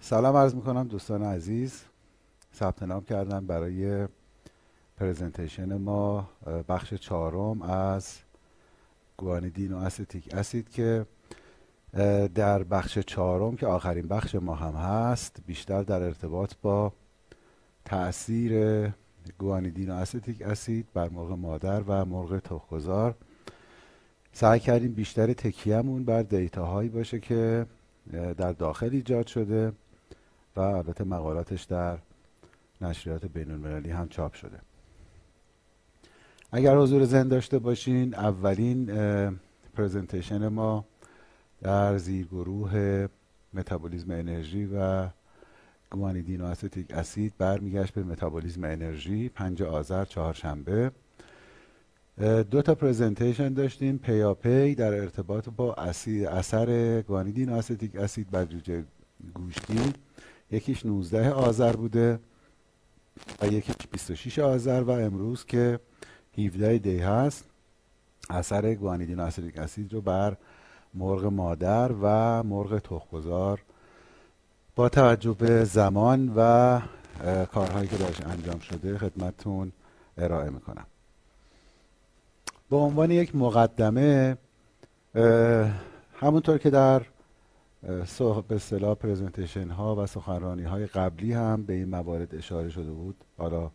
سلام عرض میکنم دوستان عزیز. ثبت نام کردم برای پرزنتیشن ما بخش چهارم از گوانیدین و استیک اسید که در بخش چهارم که آخرین بخش ما هم هست بیشتر در ارتباط با تأثیر گوانیدین و استیک اسید بر مرغ مادر و مرغ تخم‌گذار سعی کردیم بیشتر تکیه‌مون بر دیتاهایی باشه که در داخل ایجاد شده و البته مقالاتش در نشریات بین‌المللی هم چاپ شده. اگر حضور ذهن داشته باشین، اولین پرزنتیشن ما در زیرگروه متابولیسم انرژی و گوانیدین و استیک اسید برمیگشت به متابولیسم انرژی 5 آذر چهارشنبه. دو تا پرزنتیشن داشتیم پیاپی در ارتباط با اثر گوانیدین و استیک اسید بر جوجه گوشتی. یکیش 19 آذر بوده و یکیش 26 آذر و امروز که 17 دی هست اثر گوانیدین و استیک اسید رو بر مرغ مادر و مرغ تخم‌گذار با توجه به زمان و کارهایی که درش انجام شده خدمتتون ارائه میکنم. به عنوان یک مقدمه، همونطور که در به اصطلاح پرزنتیشن ها و سخنرانی های قبلی هم به این موارد اشاره شده بود، حالا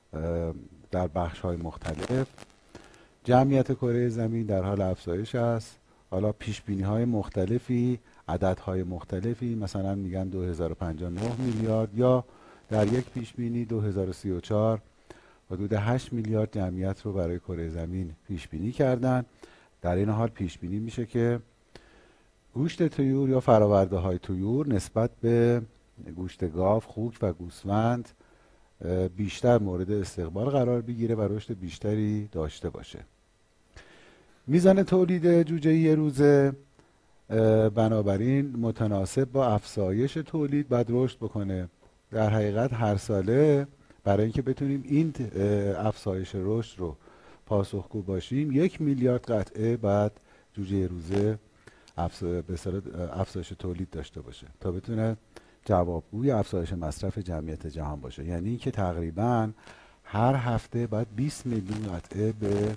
در بخش های مختلف جمعیت کره زمین در حال افزایش است. حالا پیش بینی های مختلفی، عدد های مختلفی، مثلا میگن 2059 میلیارد یا در یک پیش بینی 2034 حدود 8 میلیارد جمعیت رو برای کره زمین پیش بینی کردن. در این حال پیش بینی میشه که گوشت طیور یا فراورده های طیور نسبت به گوشت گاو، خوک و گوسفند بیشتر مورد استقبال قرار بگیره و رشد بیشتری داشته باشه. میزان تولید جوجه یه روزه بنابراین متناسب با افزایش تولید باید رشد بکنه. در حقیقت هر ساله برای اینکه بتونیم این افزایش رشد رو پاسخگو باشیم 1 میلیارد قطعه بعد جوجه یه روزه افزایش تولید داشته باشه تا بتونه جوابگوی افزایش مصرف جمعیت جهان باشه. یعنی که تقریبا هر هفته باید 20 میلیون قطعه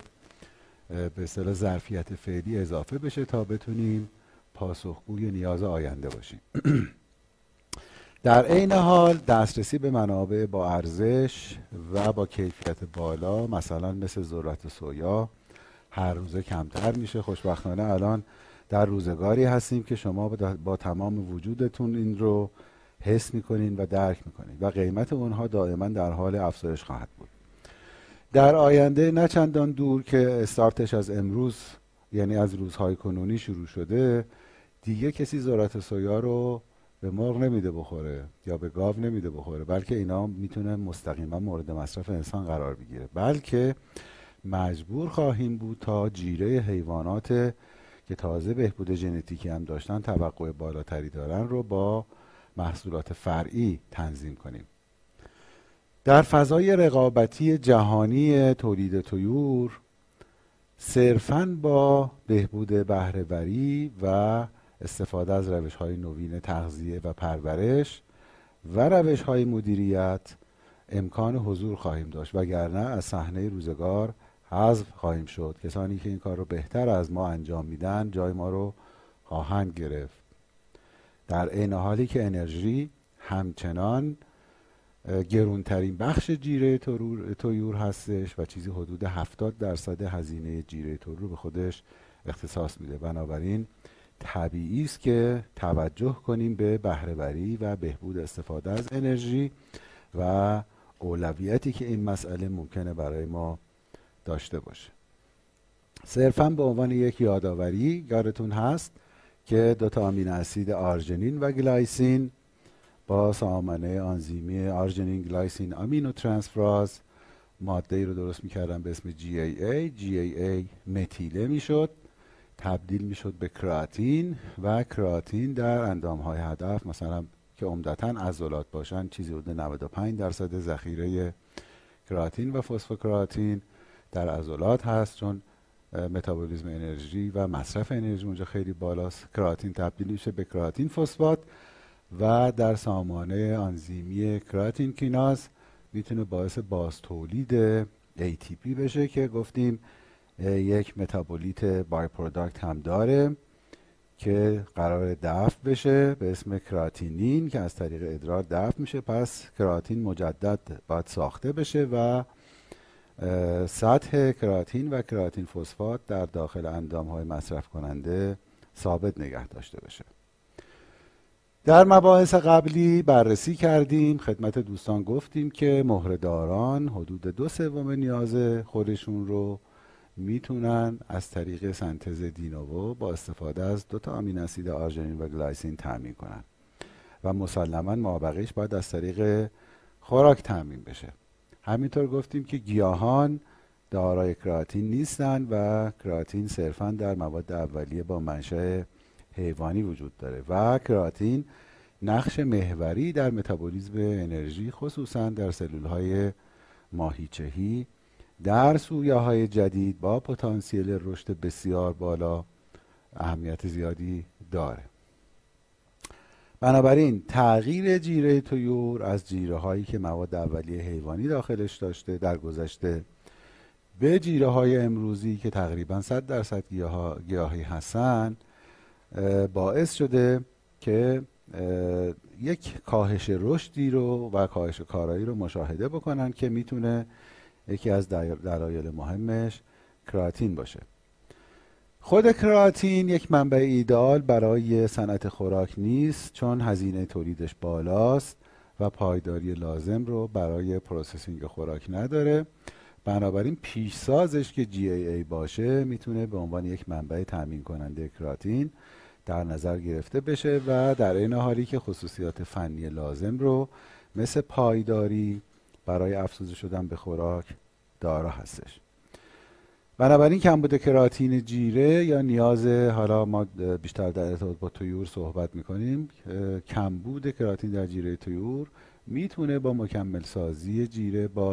به اصطلاح ظرفیت فعلی اضافه بشه تا بتونیم پاسخگوی نیاز آینده باشیم. در عین حال دسترسی به منابع با ارزش و با کیفیت بالا مثلا مثل ذرت سویا هر روزه کمتر میشه. خوشبختانه الان در روزگاری هستیم که شما با تمام وجودتون این رو حس میکنین و درک میکنین و قیمت اونها دائما در حال افزایش خواهد بود. در آینده نه چندان دور که استارتش از امروز یعنی از روزهای کنونی شروع شده، دیگه کسی ذرت سویا رو به مرغ نمیده بخوره یا به گاو نمیده بخوره، بلکه اینا میتونه مستقیما مورد مصرف انسان قرار بگیره، بلکه مجبور خواهیم بود تا جیره حیوانات که تازه بهبود ژنتیکی هم داشتن توقع بالاتری دارن رو با محصولات فرعی تنظیم کنیم. در فضای رقابتی جهانی تولید طیور صرفاً با بهبود بهره‌وری و استفاده از روش‌های نوین تغذیه و پرورش و روش‌های مدیریت امکان حضور خواهیم داشت، وگرنه از صحنه روزگار حذف خواهیم شد. کسانی که این کار رو بهتر از ما انجام میدن جای ما رو خواهند گرفت. در عین حالی که انرژی همچنان گرونترین بخش جیره طیور هستش و چیزی حدود 70% هزینه جیره طیور رو به خودش اختصاص میده. بنابراین طبیعی است که توجه کنیم به بهره‌وری و بهبود استفاده از انرژی و اولویتی که این مسئله ممکنه برای ما داشته باشه. صرفاً به عنوان یک یادآوری یادتون هست که دو تا آمین اسید آرژینین و گلایسین با سامانه آنزیمی آرژینین گلایسین آمینو ترانسفراز ماده‌ای رو درست می‌کردن به اسم GAA متیله میشد، تبدیل میشد به کراتین و کراتین در اندام‌های هدف مثلا که عمدتاً عضلات باشن چیزی حدود 95% ذخیره کراتین و فسفوکراتین در عضلات هست، چون متابولیسم انرژی و مصرف انرژی اونجا خیلی بالاست. کراتین تبدیل میشه به کراتین فسفات و در سامانه آنزیمی کراتین کیناز میتونه باعث باز تولید ATP بشه که گفتیم یک متابولیت بای پروداکت هم داره که قرار دفع بشه به اسم کراتینین که از طریق ادرار دفع میشه. پس کراتین مجدد باید ساخته بشه و سطح کراتین و کراتین فسفات در داخل اندامهای مصرف کننده ثابت نگه داشته بشه. در مباحث قبلی بررسی کردیم، خدمت دوستان گفتیم که مهره‌داران حدود 2/3 نیاز خودشون رو میتونن از طریق سنتز دینوو با استفاده از 2 آمین اسید آرژینین و گلایسین تامین کنن و مسلما مابقیش باید از طریق خوراک تامین بشه. همینطور گفتیم که گیاهان دارای کراتین نیستن و کراتین صرفا در مواد اولیه با منشأ حیوانی وجود داره و کراتین نقش محوری در متابولیسم انرژی خصوصا در سلولهای ماهیچهی در سویاهای جدید با پتانسیل رشد بسیار بالا اهمیت زیادی داره. بنابراین تغییر جیره طیور از جیره هایی که مواد اولیه حیوانی داخلش داشته در گذشته به جیره های امروزی که تقریبا 100% گیاهی هستن باعث شده که یک کاهش رشدی رو و کاهش کارایی رو مشاهده بکنن که میتونه یکی از دلایل مهمش کراتین باشه. خود کراتین یک منبع ایدئال برای صنعت خوراک نیست چون هزینه تولیدش بالاست و پایداری لازم رو برای پروسسینگ خوراک نداره. بنابراین پیشسازش که GAA باشه میتونه به عنوان یک منبع تامین کننده کراتین در نظر گرفته بشه و در این حالی که خصوصیات فنی لازم رو مثل پایداری برای افزوده شدن به خوراک دارا هستش. بنابراین کمبود کراتین جیره یا نیاز، حالا ما بیشتر در ارتباط با طیور صحبت میکنیم، کمبود کراتین در جیره طیور میتونه با مکمل سازی جیره با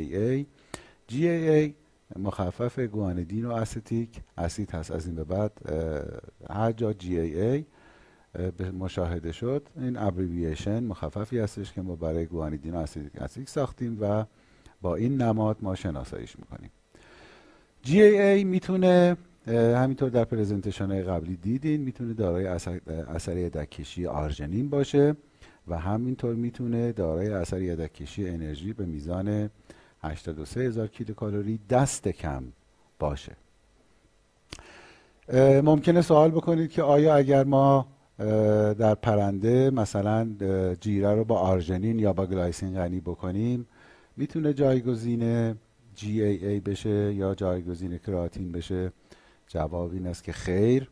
GAA مخفف گوانیدین و استیک اسید هست. از این به بعد هر جا GAA مشاهده شد این ابریویشن مخففی هستش که ما برای گوانیدین و استیک ساختیم و با این نماد ما شناساییش میکنیم. GAA میتونه همینطور در پرزنتیشن قبلی دیدین میتونه دارای اثر یدک‌کشی آرژینین باشه و همینطور میتونه دارای اثر یدک‌کشی انرژی به میزان 83,000 کیلوکالری دست کم باشه. ممکنه سوال بکنید که آیا اگر ما در پرنده مثلا جیره رو با آرژینین یا با گلایسین غنی بکنیم میتونه جایگزین GAA بشه یا جایگزین کراتین بشه؟ جواب این است که خیر.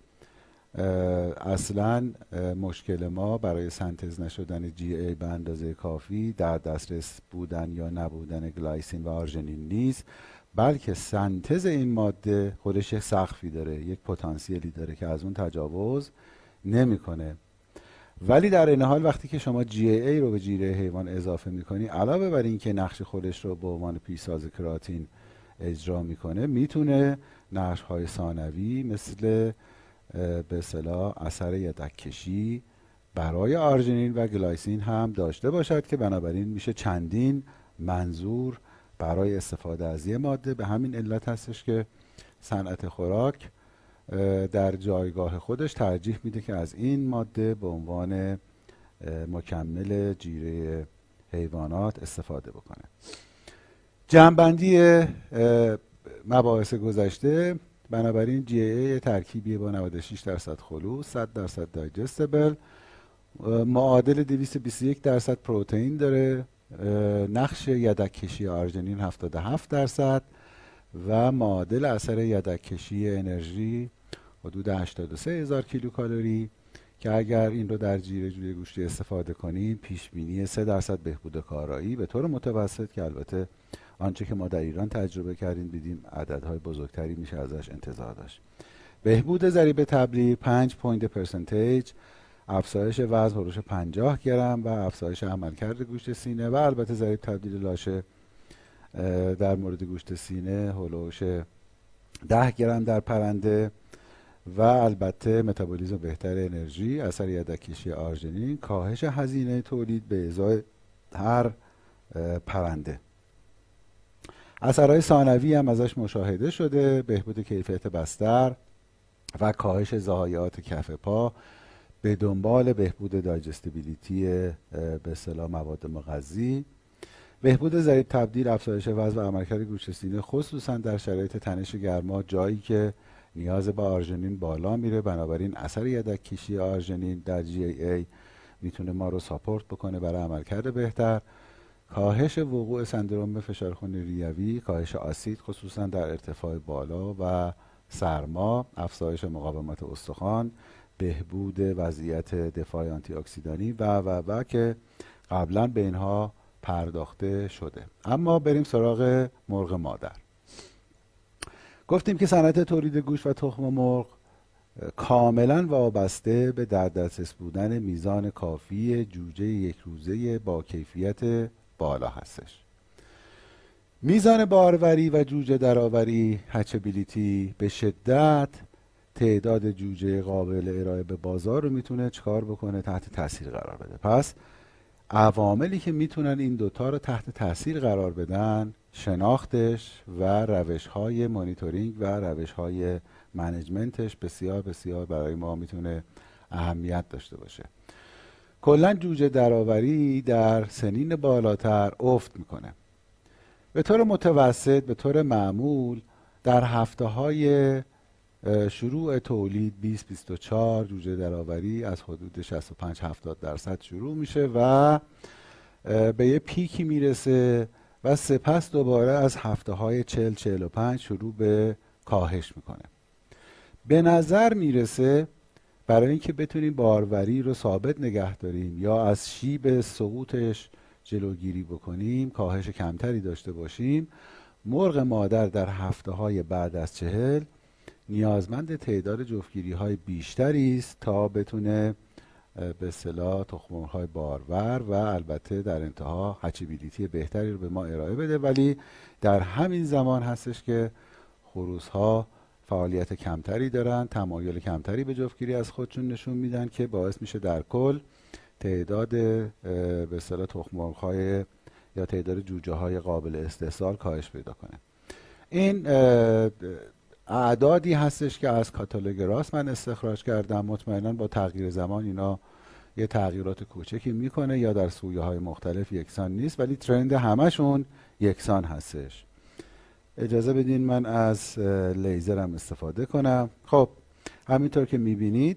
اصلا مشکل ما برای سنتز نشدن GAA به اندازه کافی در دسترس بودن یا نبودن گلایسین و آرژینین نیست، بلکه سنتز این ماده خودش یک سقفی داره، یک پتانسیلی داره که از اون تجاوز نمیکنه. ولی در این حال وقتی که شما GAA رو به جیره حیوان اضافه میکنی، علاوه بر این که نقش خودش رو به عنوان پیشساز کراتین اجرا میکنه، میتونه نقش‌های ثانوی مثل به اصطلاح اثر یدک‌کشی برای آرژینین و گلایسین هم داشته باشد که بنابراین میشه چندین منظور برای استفاده از یه ماده. به همین علت هستش که صنعت خوراک در جایگاه خودش ترجیح میده که از این ماده به عنوان مکمل جیره حیوانات استفاده بکنه. جمع‌بندی مباحث گذشته: بنابراین GAA ترکیبی با 96% خلوص، 100% دایجستبل، معادل 221% پروتئین داره، نقش یدک‌کشی آرژینین 77% و معادل اثر یدک‌کشی انرژی حدود 83,000 کیلوکالری که اگر این رو در جیره جوی گوشتی استفاده کنیم پیش بینی 3% بهبود کارایی به طور متوسط، که البته آنچه که ما در ایران تجربه کردیم دیدیم عددهای بزرگتری میشه ازش انتظار داشت. بهبود ضریب تبلیغ 5 پوینت پرسنتیج، افزایش وزن هلوش 50 گرم و افزایش عملکرد گوشت سینه و البته ضریب تبدیل لاشه در مورد گوشت سینه هلوش 10 گرم در پرنده و البته متابولیسم بهتر انرژی، اثر یدک‌کشی آرژینین، کاهش هزینه تولید به ازای هر پرنده. اثرهای ثانوی هم ازش مشاهده شده، بهبود کیفیت بستر و کاهش ضایعات کف پا به دنبال بهبود دایجستیبیلیتی به اصطلاح مواد مغذی، بهبود ضریب تبدیل، افزایش وزن و عملکرد گوشت سینه خصوصا در شرایط تنش گرما، جایی که نیاز به آرژینین بالا میره. بنابراین اثر یدک‌کشی آرژینین در GAA میتونه ما رو ساپورت بکنه برای عملکرد بهتر. کاهش وقوع سندرم فشار خون ریوی، کاهش آسید خصوصا در ارتفاع بالا و سرما، افزایش مقاومت استخوان، بهبود وضعیت دفاع آنتی اکسیدانی و که قبلا به اینها پرداخته شده. اما بریم سراغ مرغ مادر. گفتیم که صنعت تولید گوشت و تخم مرغ کاملا وابسته به در دسترس بودن میزان کافی جوجه یک روزه با کیفیت بالا هستش. میزان باروری و جوجه درآوری هچبیلیتی به شدت تعداد جوجه قابل ارائه به بازار رو میتونه چکار بکنه؟ تحت تاثیر قرار بده. پس عواملی که میتونن این دوتا رو تحت تاثیر قرار بدن، شناختش و روش‌های مانیتورینگ و روش‌های منیجمنتش بسیار بسیار برای ما میتونه اهمیت داشته باشه. کلا جوجه درآوری در سنین بالاتر افت میکنه. به طور متوسط، به طور معمول در هفته‌های شروع تولید 20-24 جوجه درآوری از حدود 65-70% شروع میشه و به یه پیکی میرسه و سپس دوباره از هفته‌های 40-45 شروع به کاهش میکنه. به نظر میرسه برای اینکه بتونیم باروری رو ثابت نگه داریم یا از شیب سقوطش جلوگیری بکنیم، کاهش کمتری داشته باشیم، مرغ مادر در هفته‌های بعد از 40 نیازمند تعداد جفتگیری‌های بیشتری است تا بتونه به اصطلاح تخم‌مرغ‌های بارور و البته در انتها هچبیلیتی بهتری رو به ما ارائه بده. ولی در همین زمان هستش که خروس‌ها فعالیت کمتری دارن، تمایل کمتری به جفتگیری از خودشون نشون میدن که باعث میشه در کل تعداد به اصطلاح تخم‌مرغ‌های یا تعداد جوجه‌های قابل استحصال کاهش پیدا کنه. این اعدادی هستش که از کاتالوگ راست من استخراج کردم. مطمئنا با تغییر زمان اینا یه تغییرات کوچکی میکنه یا در سویه‌های مختلف یکسان نیست، ولی ترند همشون یکسان هستش. اجازه بدین من از لیزرم استفاده کنم. خب همینطور که میبینید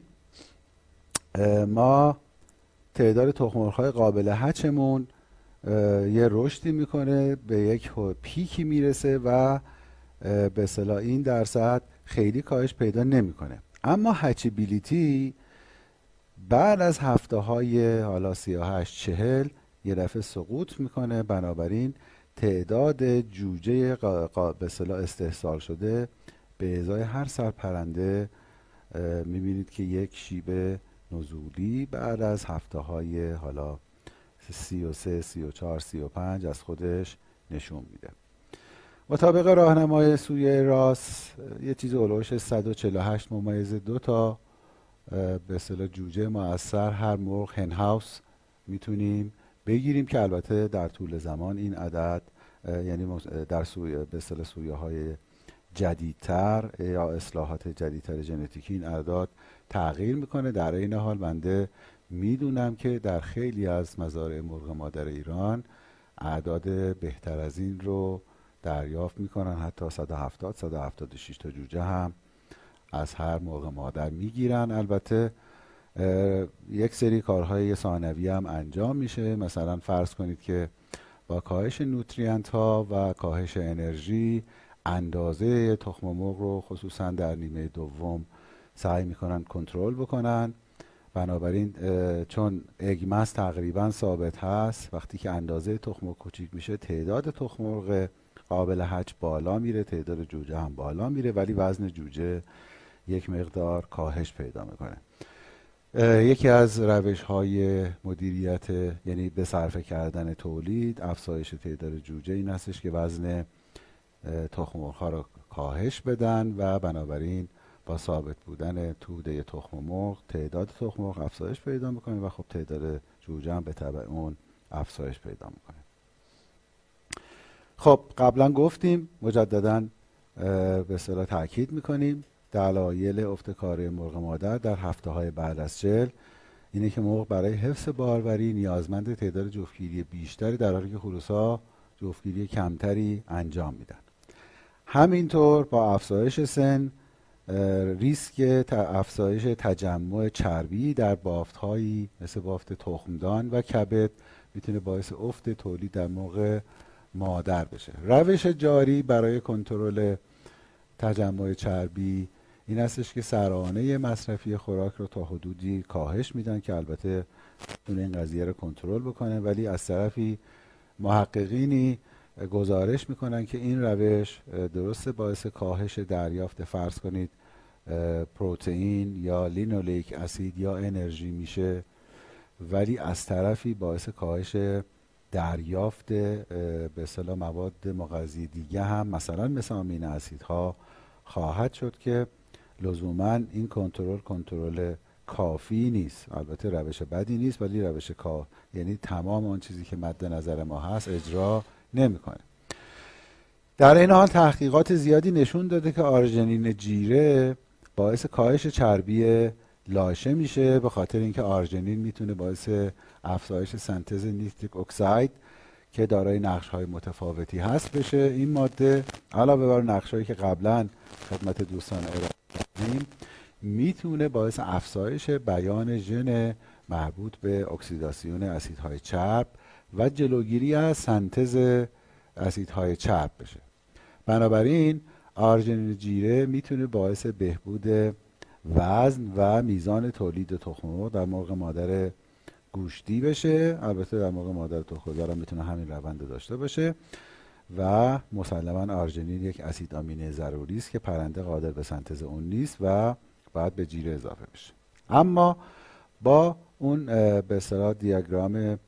ما تعداد تخم‌مرغ‌های قابل هچمون یه رشدی میکنه، به یک پیکی میرسه و به اصطلاح این درصد خیلی کاهش پیدا نمیکنه. اما هچبیلیتی بعد از هفته‌های حالا 38-40 یه دفعه سقوط میکنه. بنابراین تعداد جوجه به اصطلاح استحصال شده به ازای هر سرپرنده میبینید که یک شیب نزولی بعد از هفته‌های حالا 33 34 35 از خودش نشون میده. مطابق راهنمای سویه راست یه چیز اولوش 148.2 تا به اصطلاح جوجه مؤثر هر مرغ هن هاوس میتونیم بگیریم که البته در طول زمان این عدد یعنی در سویه به اصطلاح سویه های جدیدتر یا اصلاحات جدیدتر ژنتیکی این اعداد تغییر میکنه. در این حال بنده میدونم که در خیلی از مزارع مرغ مادر ایران اعداد بهتر از این رو دریافت میکنن، حتی 170-176 تا جوجه هم از هر مرغ مادر میگیرن. البته یک سری کارهای ثانوی هم انجام میشه. مثلا فرض کنید که با کاهش نوتریانت ها و کاهش انرژی اندازه تخم مرغ رو خصوصا در نیمه دوم سعی میکنن کنترل بکنن. بنابراین چون اگمس تقریبا ثابت هست، وقتی که اندازه تخم مرغ کوچیک میشه تعداد تخم مرغ قابل هچ بالا میره، تعداد جوجه هم بالا میره، ولی وزن جوجه یک مقدار کاهش پیدا میکنه. یکی از روش های مدیریت یعنی به صرفه کردن تولید، افزایش تعداد جوجه این هستش که وزن تخم مرغ ها رو کاهش بدن و بنابراین با ثابت بودن توده تخم مرغ تعداد تخم مرغ افزایش پیدا میکنه و خب تعداد جوجه هم به تبع اون افزایش پیدا میکنه. خب قبلا گفتیم، مجددا به اصطلاح تاکید میکنیم، دلایل افت کاره مرغ مادر در هفته های بعد از چل اینه که مرغ برای حفظ باروری نیازمند تعداد جفتگیری بیشتری، در حالی که خروس‌ها جفتگیری کمتری انجام میدن. همینطور با افزایش سن ریسک افزایش تجمع چربی در بافت‌هایی مثل بافت تخمدان و کبد میتونه باعث افت تولید در مرغ مادر بشه. روش جاری برای کنترل تجمع چربی این هستش که سرانه مصرفی خوراک رو تا حدودی کاهش میدن که البته میتونه این قضیه رو کنترل بکنه، ولی از طرفی محققینی گزارش میکنن که این روش درسته باعث کاهش دریافت فرض کنید پروتئین یا لینولیک اسید یا انرژی میشه، ولی از طرفی باعث کاهش دریافت به اصطلاح مواد مغذی دیگه هم مثلا مثل آمینو اسیدها خواهد شد که لزوما این کنترل کافی نیست. البته روش بدی نیست، ولی روش یعنی تمام آن چیزی که مد نظر ما هست اجرا نمیکنه. در این حال تحقیقات زیادی نشون داده که آرژنین جیره باعث کاهش چربی لاشه میشه، به خاطر اینکه آرژنین میتونه باعث افزایش سنتز نیتریک اکساید که دارای نقش‌های متفاوتی هست بشه. این ماده علاوه بر نقش‌هایی که قبلا خدمت دوستان ارائه کردیم میتونه باعث افزایش بیان ژن مربوط به اکسیداسیون اسیدهای چرب و جلوگیری از سنتز اسیدهای چرب بشه. بنابراین آرژنین جیره میتونه باعث بهبود وزن و میزان تولید تخم مرغ در مرغ مادر گوشتی بشه. البته در مرغ مادر تخم‌دار هم میتونه همین روند داشته باشه و مسلما آرژنین یک اسید آمینه ضروری است که پرنده قادر به سنتز اون نیست و باید به جیره اضافه بشه. اما با اون به اصطلاح دیاگرام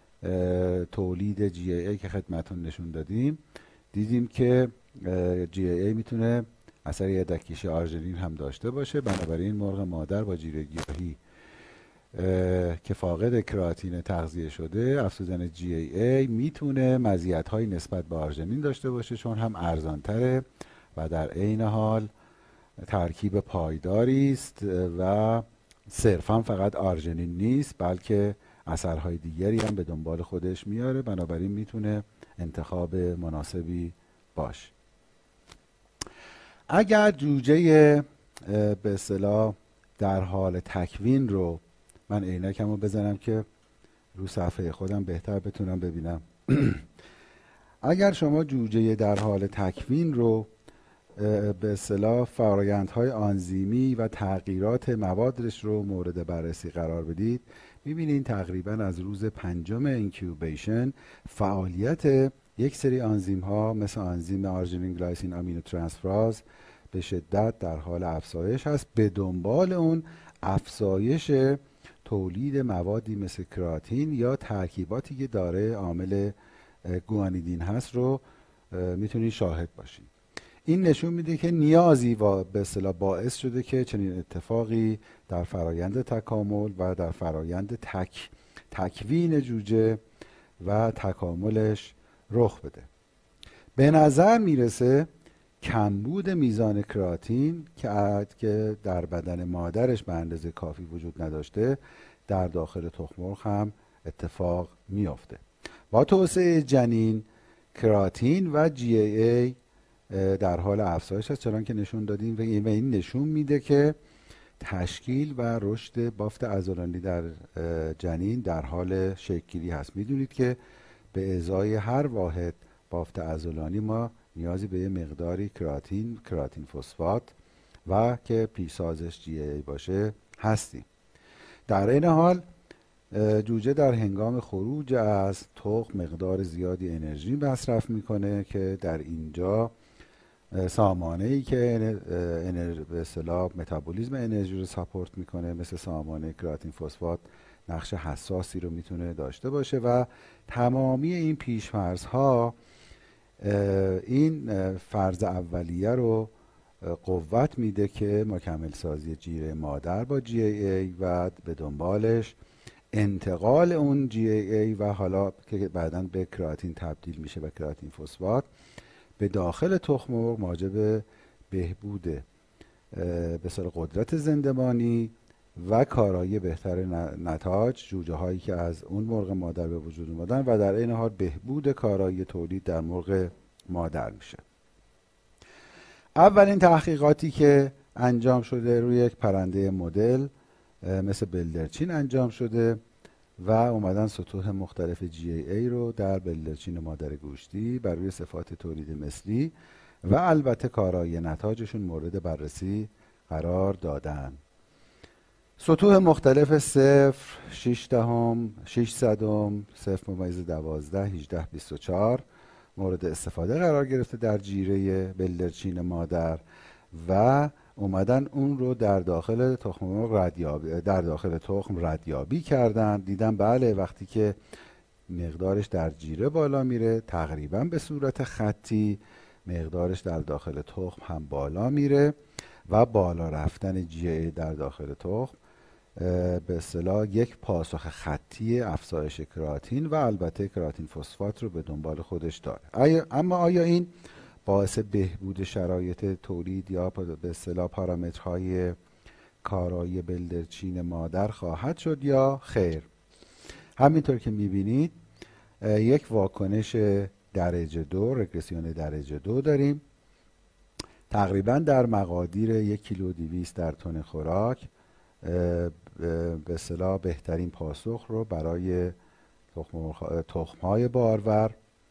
تولید GAA که خدمتتون نشون دادیم، دیدیم که GAA میتونه اثر یدک‌کشی آرژنین هم داشته باشه. بنابراین مرغ مادر با جیره گیاهی که فاقد کراتین تغذیه شده افزودن GAA میتونه مزیت‌های نسبت به آرژنین داشته باشه، چون هم ارزان‌تره و در عین حال ترکیب پایداری است و صرفا فقط آرژنین نیست بلکه اثرهای دیگری هم به دنبال خودش میاره. بنابراین میتونه انتخاب مناسبی باشه. اگر جوجه به اصطلاح در حال تکوین رو، من عینکمو بزنم که رو صفحه خودم بهتر بتونم ببینم. اگر شما جوجه در حال تکوین رو به اصطلاح فرآیندهای آنزیمی و تغییرات موادش رو مورد بررسی قرار بدید، میبینید تقریبا از روز 5 اینکیوبیشن فعالیت یک سری آنزیم ها مثل آنزیم آرژینین گلایسین آمینو ترانسفراز به شدت در حال افزایش هست. به دنبال اون افزایش تولید موادی مثل کراتین یا ترکیباتی که داره عامل گوانیدین هست رو میتونید شاهد باشید. این نشون میده که نیازی به اصطلاح باعث شده که چنین اتفاقی در فرایند تکامل و در فرایند تکوین جوجه و تکاملش رخ بده. به نظر میرسه کمبود میزان کراتین که در بدن مادرش به اندازه کافی وجود نداشته در داخل تخم مرغ هم اتفاق میافته. با توسعه جنین کراتین و GAA در حال افزایش است، چنان که نشون دادیم، و این نشون میده که تشکیل و رشد بافت عضلانی در جنین در حال شکل‌گیری هست. میدونید که به ازای هر واحد بافت عضلانی ما نیازی به یه مقداری کراتین فسفات و که پیشسازش GAA باشه هستیم. در این حال جوجه در هنگام خروج از تخم مقدار زیادی انرژی مصرف میکنه که در اینجا سامانه‌ای که به اصطلاح متابولیسم انرژی رو ساپورت میکنه مثل سامانه کراتین فسفات نقش حساسی رو میتونه داشته باشه و تمامی این پیش‌فرض‌ها این فرض اولیه رو قوت میده که مکمل سازی جیره مادر با GAA و به دنبالش انتقال اون GAA و حالا که بعداً به کراتین تبدیل میشه و کراتین فسفات به داخل تخم مرغ موجب بهبود به اصطلاح قدرت زندمانی و کارایی بهتر نتاج جوجه هایی که از اون مرغ مادر به وجود اومدن و در این حال بهبود کارایی تولید در مرغ مادر میشه. اولین تحقیقاتی که انجام شده روی یک پرنده مدل مثل بلدرچین انجام شده و اومدن سطوح مختلف GAA رو در بلدرچین مادر گوشتی بر روی صفات تولید مثلی و البته کارایی نتاجشون مورد بررسی قرار دادن. سطوح مختلف 0 6 دهم 6 صدم 0.12 18 24 مورد استفاده قرار گرفته در جیره بلدرچین مادر و اومدن اون رو در داخل تخم مرغ ردیابی کردن. دیدن بله وقتی که مقدارش در جیره بالا میره تقریبا به صورت خطی مقدارش در داخل تخم هم بالا میره و بالا رفتن GAA در داخل تخم به اصطلاح یک پاسخ خطی افزایش کراتین و البته کراتین فسفات رو به دنبال خودش داره. اما آیا این باعث بهبود شرایط تولید یا به اصطلاح پارامترهای کارایی بلدرچین مادر خواهد شد یا خیر؟ همینطور که میبینید یک واکنش درجه 2 رگرسیون درجه 2 داریم. تقریبا در مقادیر 1 کیلو 200 در تن خوراک به اصطلاح بهترین پاسخ رو برای تخم‌های بارور،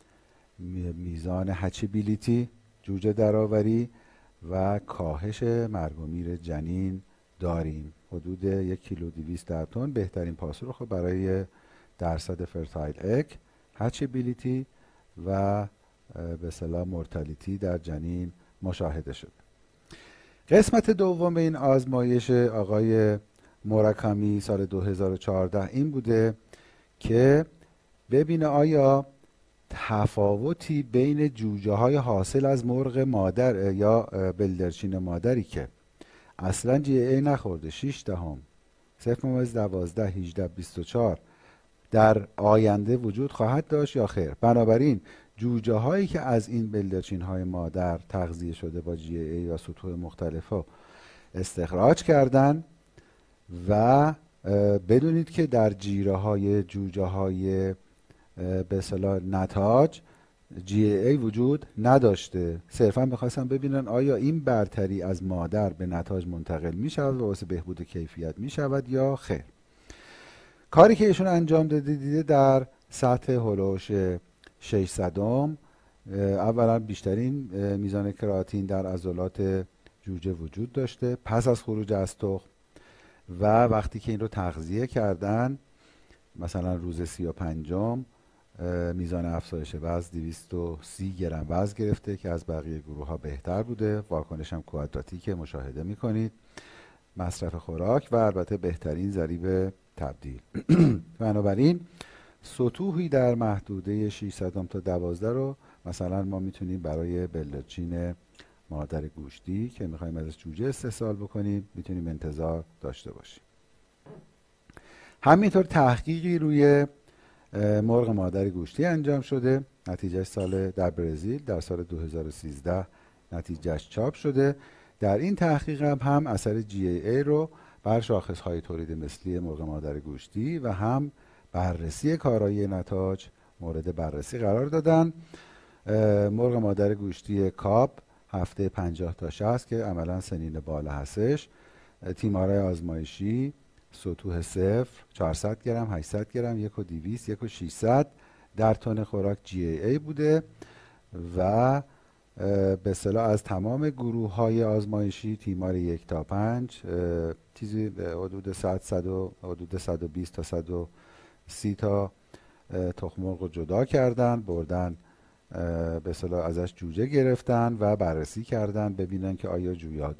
میزان هچیبیلیتی جوجه درآوری و کاهش مرگ و میر جنین داریم. حدود 1 کیلو 200 در تن بهترین پاسخ رو برای درصد فرتایل اگ، هچیبیلیتی و به اصطلاح مورتالیتی در جنین مشاهده شد. قسمت دوم این آزمایش آقای موراکامی سال 2014 این بوده که ببینه آیا تفاوتی بین جوجه های حاصل از مرغ مادر یا بلدرچین مادری که اصلا GAA نخورده 6 دهم 0.12 18 24 در آینده وجود خواهد داشت یا خیر. بنابراین جوجه هایی که از این بلدرچین های مادر تغذیه شده با GAA یا سطوح مختلف ها استخراج کردن و بدونید که در جیره های جوجه های به اصطلاح نتاج GAA وجود نداشته. صرفا میخواستم ببینن آیا این برتری از مادر به نتاج منتقل میشود و واسه بهبود کیفیت میشود یا خیر. کاری که ایشون انجام دیده در سطح هولوش 600 اولا بیشترین میزان کراتین در عضلات جوجه وجود داشته پس از خروج از تخم و وقتی که این رو تغذیه کردن مثلا روز 35 میزان افزایش وزن 230 گرم وزن گرفته که از بقیه گروه ها بهتر بوده. واکنش هم کوادراتیک مشاهده میکنید. مصرف خوراک و البته بهترین ضریب تبدیل. بنابراین سطوحی در محدوده 600 تا 12 رو مثلا ما میتونیم برای بلدرچین مادر گوشتی که میخوایم ازش جوجه استحصال بکنیم میتونیم انتظار داشته باشیم. همینطور تحقیقی روی مرغ مادر گوشتی انجام شده. نتیجه در برزیل در سال 2013 نتیجهش چاپ شده. در این تحقیق هم اثر GAA رو بر شاخصهای تولید مثلی مرغ مادر گوشتی و هم بررسی کارایی نتاج مورد بررسی قرار دادن. مرغ مادر گوشتی کاب هفته 50 تا 60 که عملا سنین بالا هستش، تیمارای آزمایشی سطوح 0 400 گرم 800 گرم 1 و 200 1 و 600 در تن خوراک GAA بوده و به اصطلاح از تمام گروه های آزمایشی تیمار 1 تا 5 چیزی حدود 100 و حدود 120 تا 130 تا تخم مرغ رو جدا کردن، بردن به اصطلاح ازش جوجه گرفتن و بررسی کردن ببینن که آیا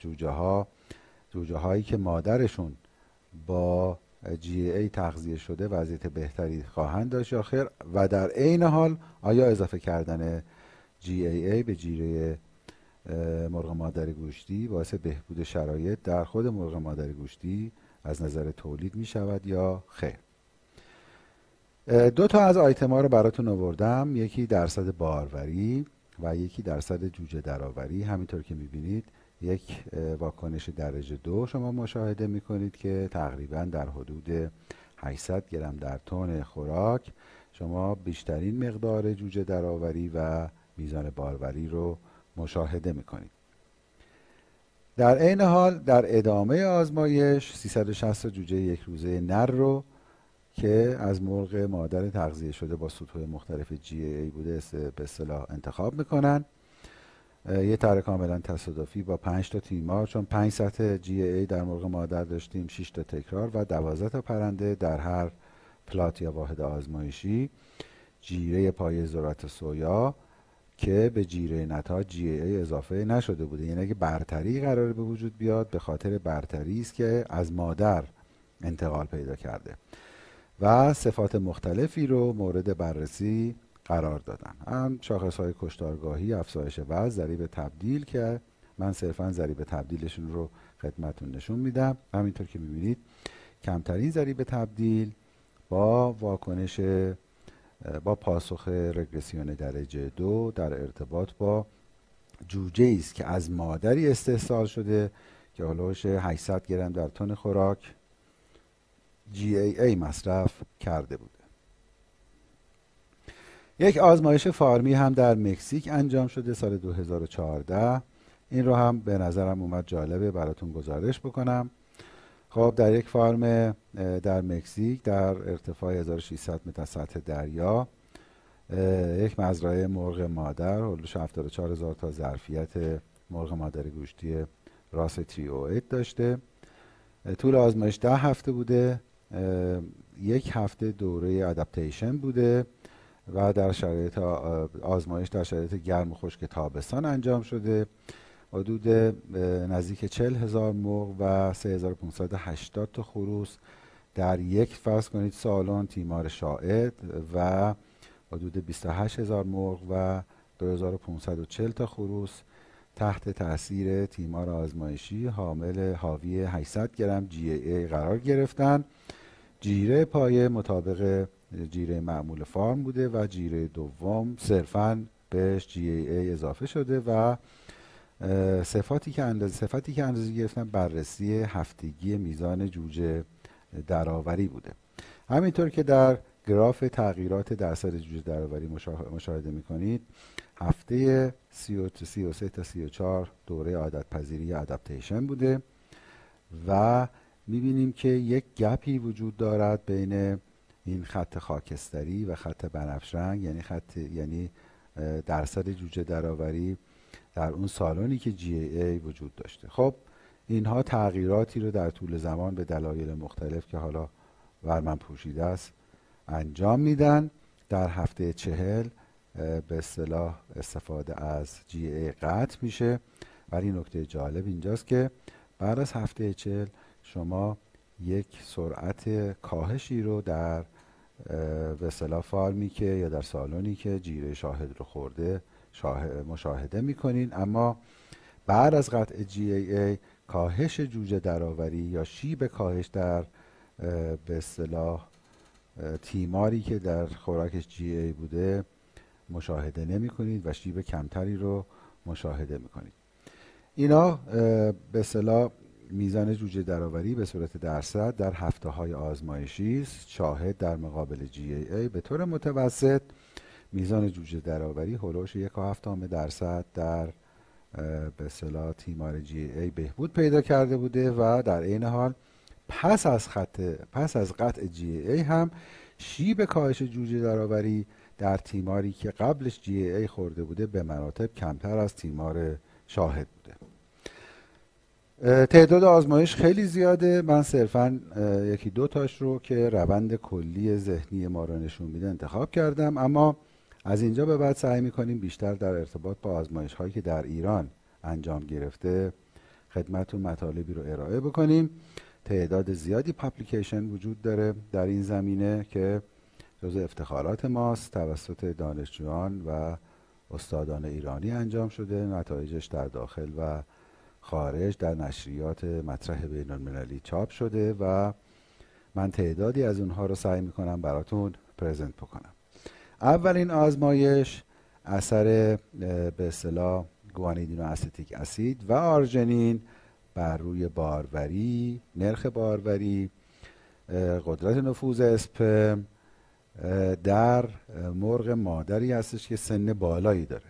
جوجه هایی که مادرشون با GAA تغذیه شده وضعیت بهتری خواهند داشت یا خیر و در عین حال آیا اضافه کردن GAA به جیره مرغ مادر گوشتی باعث بهبود شرایط در خود مرغ مادر گوشتی از نظر تولید می شود یا خیر. دو تا از آیتم ها رو براتون آوردم، یکی درصد باروری و یکی درصد جوجه درآوری. همینطور که میبینید یک واکنش درجه 2 شما مشاهده میکنید که تقریبا در حدود 800 گرم در تن خوراک شما بیشترین مقدار جوجه درآوری و میزان باروری رو مشاهده میکنید. در عین حال در ادامه آزمایش 360 جوجه یک روزه نر رو که از مرغ مادر تغذیه شده با سطوح مختلف GAA بوده به اصطلاح انتخاب میکنن. یه طرح کاملا تصادفی با 5 تا تیمار، چون 5 سطح GAA در مرغ مادر داشتیم، 6 تا تکرار و 12 تا پرنده در هر پلات یا واحد آزمایشی. جیره پایه ذرات سویا که به جیره نتاج GAA اضافه نشده بوده، یعنی اگه برتری قرار به وجود بیاد به خاطر برتری است که از مادر انتقال پیدا کرده. و صفات مختلفی رو مورد بررسی قرار دادن، هم شاخصهای کشتارگاهی، افزایش وزن، ضریب تبدیل که من صرفا ضریب تبدیلشون رو خدمتون نشون میدم. همینطور که میبینید کمترین ضریب تبدیل با واکنش با پاسخ رگرسیون درجه 2 در ارتباط با جوجه است که از مادری استحصال شده که هولوش 800 گرم در تن خوراک GAA مصرف کرده بوده. یک آزمایش فارمی هم در مکزیک انجام شده سال 2014. این رو هم به نظرم اومد جالبه براتون گزارش بکنم. خب در یک فارم در مکزیک در ارتفاع 1600 متر سطح دریا یک مزرعه مرغ مادر حدود 74000 تا ظرفیت مرغ مادر گوشتی راس تریوئید داشته. طول آزمایش 10 هفته بوده. یک هفته دوره ادپتیشن بوده و در شرایط آزمایش در شرایط گرم و خشک تابستان انجام شده. حدود نزدیک 40,000 مرغ و 3580 تا خروس در یک فرض کنید سالن تیمار شاهد و حدود 28000 مرغ و 2540 تا خروس تحت تاثیر تیمار آزمایشی حاوی 800 گرم GAA قرار گرفتن. جیره پایه مطابق جیره معمول فارم بوده و جیره دوم صرفاً بهش GAA اضافه شده و صفاتی که اندازه گرفتن بررسی هفتگی میزان جوجه درآوری بوده. همینطور که در گراف تغییرات درصد جوجه درآوری مشاهده میکنید، هفته 33 تا 34 دوره عادت پذیری یا ادپتیشن بوده و میبینیم که یک گپی وجود دارد بین این خط خاکستری و خط بنفش رنگ، یعنی درصد جوجه درآوری در اون سالونی که GAA وجود داشته. خب اینها تغییراتی رو در طول زمان به دلایل مختلف که حالا ورمن پوشیده است انجام میدن. در هفته 40 به اصطلاح استفاده از GAA قطع میشه، ولی نکته جالب اینجاست که بعد از هفته 40 شما یک سرعت کاهشی رو در به اصطلاح فارمی که یا در سالونی که جیره شاهد رو خورده مشاهده میکنین، اما بعد از قطع GAA کاهش جوجه درآوری یا شیب کاهش در به اصطلاح تیماری که در خوراکش GAA بوده مشاهده نمی کنید و شیب کمتری رو مشاهده می کنید. اینا به اصطلاح میزان جوجه درآوری به صورت درصد در هفته های آزمایشی است. شاهد در مقابل GAA به طور متوسط میزان جوجه درآوری هولوش 1.7% در به اصطلاح تیمار GAA بهبود پیدا کرده بوده و در عین حال پس از قطع GAA هم شیب کاهش جوجه درآوری در تیماری که قبلش GAA خورده بوده به مراتب کمتر از تیمار شاهد بوده. تعداد آزمایش خیلی زیاده، من صرفاً یکی دو تاش رو که روند کلی ذهنی ما رو نشون میده انتخاب کردم، اما از اینجا به بعد سعی میکنیم بیشتر در ارتباط با آزمایش هایی که در ایران انجام گرفته خدمتتون مطالبی رو ارائه بکنیم. تعداد زیادی پابلیکیشن وجود داره در این زمینه که جزو افتخارات ماست توسط دانشجویان و استادان ایرانی انجام شده. نتایجش در داخل و خارج در نشریات مطرح بین المللی چاپ شده و من تعدادی از اونها رو سعی میکنم براتون پرزنت بکنم. اولین آزمایش اثر به اصطلاح گوانیدین و استیک اسید و آرژنین بر روی باروری، نرخ باروری، قدرت نفوذ اسپرم در مرغ مادری هستش که سن بالایی داره.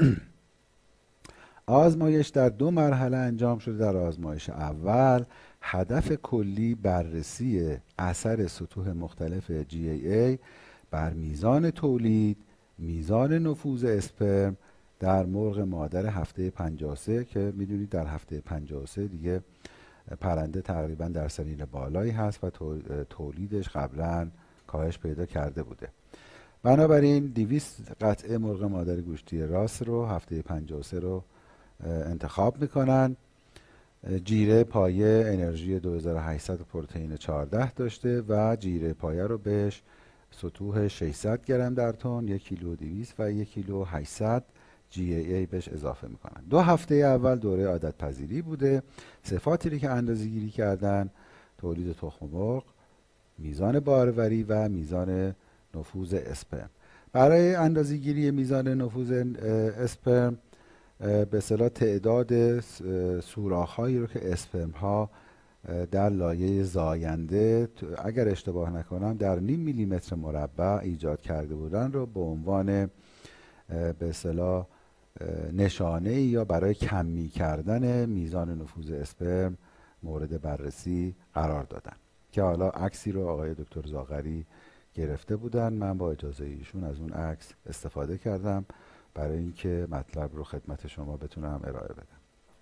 آزمایش در 2 مرحله انجام شده. در آزمایش اول هدف کلی بررسی اثر سطوح مختلف GAA بر میزان تولید، میزان نفوذ اسپرم در مرغ مادر هفته 53 که میدونید در هفته 53 دیگه پرنده تقریبا در سنین بالایی هست و تولیدش قبلا کاهش پیدا کرده بوده. بنابراین 200 قطعه مرغ مادر گوشتی راس رو هفته 53 رو انتخاب میکنن. جیره پایه انرژی 2800 و پروتئین 14 داشته و جیره پایه رو بهش سطوح 600 گرم در تن، 1 کیلو 200 و 1 کیلو 800 GAA بهش اضافه میکنن. 2 هفته اول دوره عادت پذیری بوده. صفاتی که اندازه گیری کردن: تولید تخم مرغ، میزان باروری و میزان نفوذ اسپرم. برای اندازه گیری میزان نفوذ اسپرم به اصطلاح تعداد سوراخ‌هایی رو که اسپرم ها در لایه زاینده اگر اشتباه نکنم در 0.5 میلیمتر مربع ایجاد کرده بودن رو به عنوان به اصطلاح نشانه یا برای کمی کردن میزان نفوذ اسپرم مورد بررسی قرار دادن که حالا عکسی رو آقای دکتر زاغری گرفته بودن. من با اجازه ایشون از اون عکس استفاده کردم برای اینکه مطلب رو خدمت شما بتونم ارائه بدم.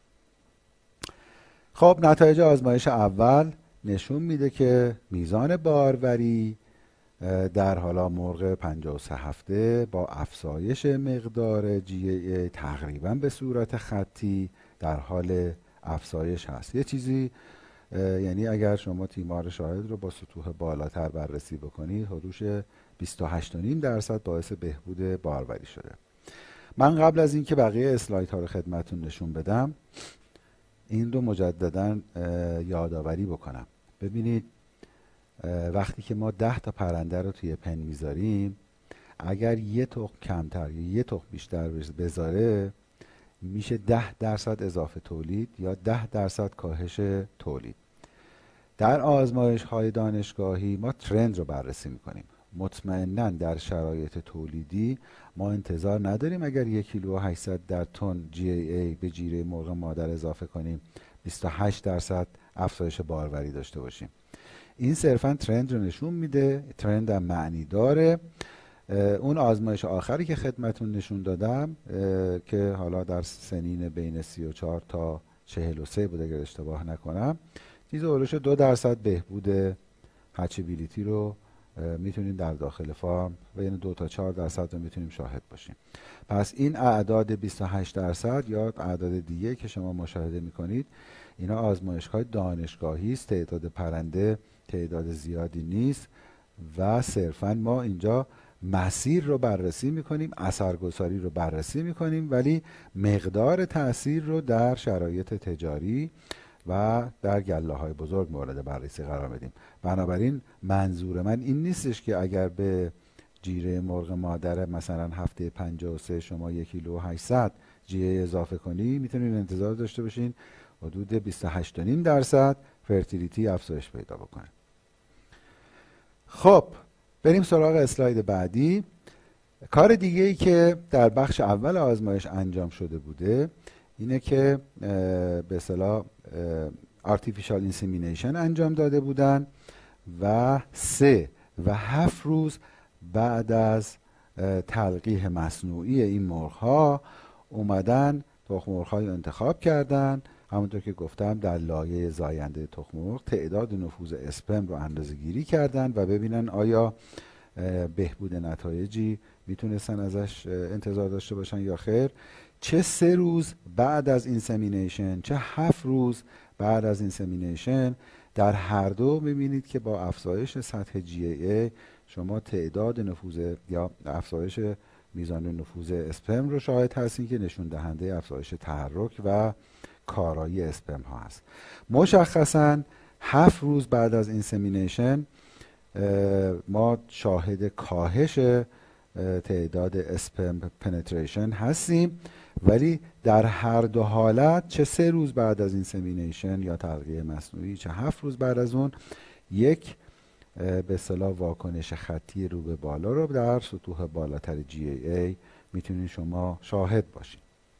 خب نتایج آزمایش اول نشون میده که میزان باروری در حالا مرغ 53 هفته با افزایش مقدار GAA تقریبا به صورت خطی در حال افزایش هست. یه چیزی یعنی اگر شما تیمار شاهد رو با سطوح بالاتر بررسی بکنید، حدوث 28.5% باعث بهبود باروری شده. من قبل از اینکه بقیه اسلایدها رو خدمتتون نشون بدم این رو مجددا یادآوری بکنم. ببینید وقتی که ما 10 تا پرنده رو توی پن میذاریم، اگر یه تخم کمتر یا یه تخم بیشتر بذاره میشه 10% اضافه تولید یا 10% کاهش تولید. در آزمایش های دانشگاهی ما ترند رو بررسی میکنیم. مطمئناً در شرایط تولیدی ما انتظار نداریم اگر 1 کیلو 800 در تن GAA به جیره مرغ مادر اضافه کنیم 28% افزایش باروری داشته باشیم. این صرفاً ترند رو نشون میده. ترند هم معنی داره. اون آزمایش آخری که خدمتون نشون دادم که حالا در سنین بین 34 تا 43 بود اگر اشتباه نکنم، چیز اولش 2% بهبود هچیبیلیتی رو میتونیم در داخل فارم بین 2 تا 4% رو میتونیم شاهد باشیم. پس این اعداد 28% یا اعداد دیگه که شما مشاهده میکنید اینا آزمایش‌های دانشگاهی است. تعداد پرنده تعداد زیادی نیست و صرفاً ما اینجا مسیر رو بررسی میکنیم، اثرگذاری رو بررسی میکنیم، ولی مقدار تأثیر رو در شرایط تجاری و در گله های بزرگ مورد بررسی قرار بدیم. بنابراین منظور من این نیستش که اگر به جیره مرغ مادر مثلا هفته 53 شما 1 کیلو 800 GAA اضافه کنی میتونین انتظار داشته باشین حدود 28.5% فرتیلیتی افزایش پیدا بکنه. خب بریم سراغ اسلاید بعدی. کار دیگه ای که در بخش اول آزمایش انجام شده بوده اینه که به اصطلاح artificial insemination انجام داده بودن و 3 و 7 روز بعد از تلقیح مصنوعی این مرغ‌ها اومدن تخم مرغ‌های انتخاب کردن. همونطور که گفتم در لایه زاینده تخم مرغ تعداد نفوذ اسپرم رو اندازه‌گیری کردن و ببینن آیا بهبود نتایجی میتونستن ازش انتظار داشته باشن یا خیر. چه 3 روز بعد از اینسمینیشن چه 7 روز بعد از اینسمینیشن در هر دو میبینید که با افزایش سطح GAA شما تعداد نفوذ یا افزایش میزان نفوذ اسپرم رو شاهد هستیم که نشون دهنده افزایش تحرک و کارایی اسپرم ها هست. مشخصاً 7 روز بعد از اینسمینیشن ما شاهد کاهش تعداد اسپرم پنتریشن هستیم، ولی در هر دو حالت، چه 3 روز بعد از اینسمینیشن یا تلقیح مصنوعی، چه 7 روز بعد از اون، یک به اصطلاح واکنش خطی رو به بالا رو در سطوح بالاتر GAA میتونید شما شاهد باشید.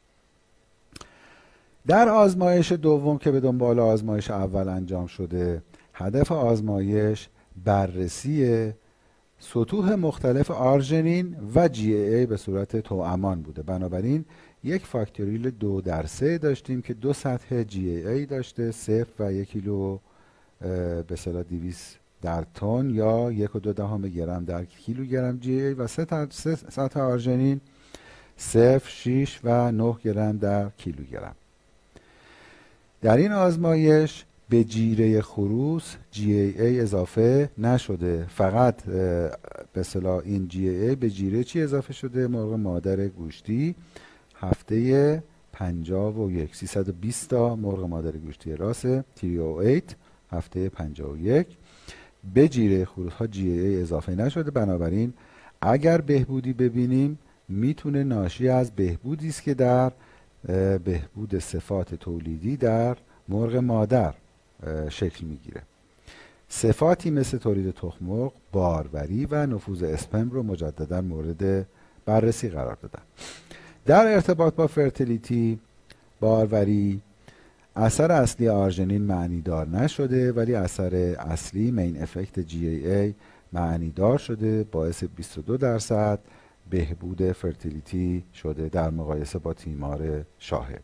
در آزمایش دوم که به دنبال آزمایش اول انجام شده، هدف آزمایش بررسی سطوح مختلف آرژنین و GAA به صورت توامان بوده. بنابراین یک فاکتوریال 2/3 داشتیم که 2 سطح GAA داشته، 0 و 1 کیلو به اصطلاح 200 در تن یا 1.2 گرم در کیلوگرم GAA و 3 سطح آرژنین 0، 6 و 9 گرم در کیلوگرم. در این آزمایش به جیره خروس GAA اضافه نشده، فقط به اصطلاح این GAA به جیره چی اضافه شده؟ مرغ مادر گوشتی هفته 51 320 تا مرغ مادر گوشتی راس 308 هفته 51 به جیره خروس ها GAA اضافه نشده. بنابراین اگر بهبودی ببینیم میتونه ناشی از بهبودی است که در بهبود صفات تولیدی در مرغ مادر شکل میگیره. صفاتی مثل تولید تخم مرغ، باروری و نفوذ اسپرم رو مجددا مورد بررسی قرار دادن. در ارتباط با فرتیلیتی، باروری، اثر اصلی آرژنین معنی دار نشده، ولی اثر اصلی مین افکت GAA معنی دار شده، باعث 22% بهبود فرتیلیتی شده در مقایسه با تیمار شاهد.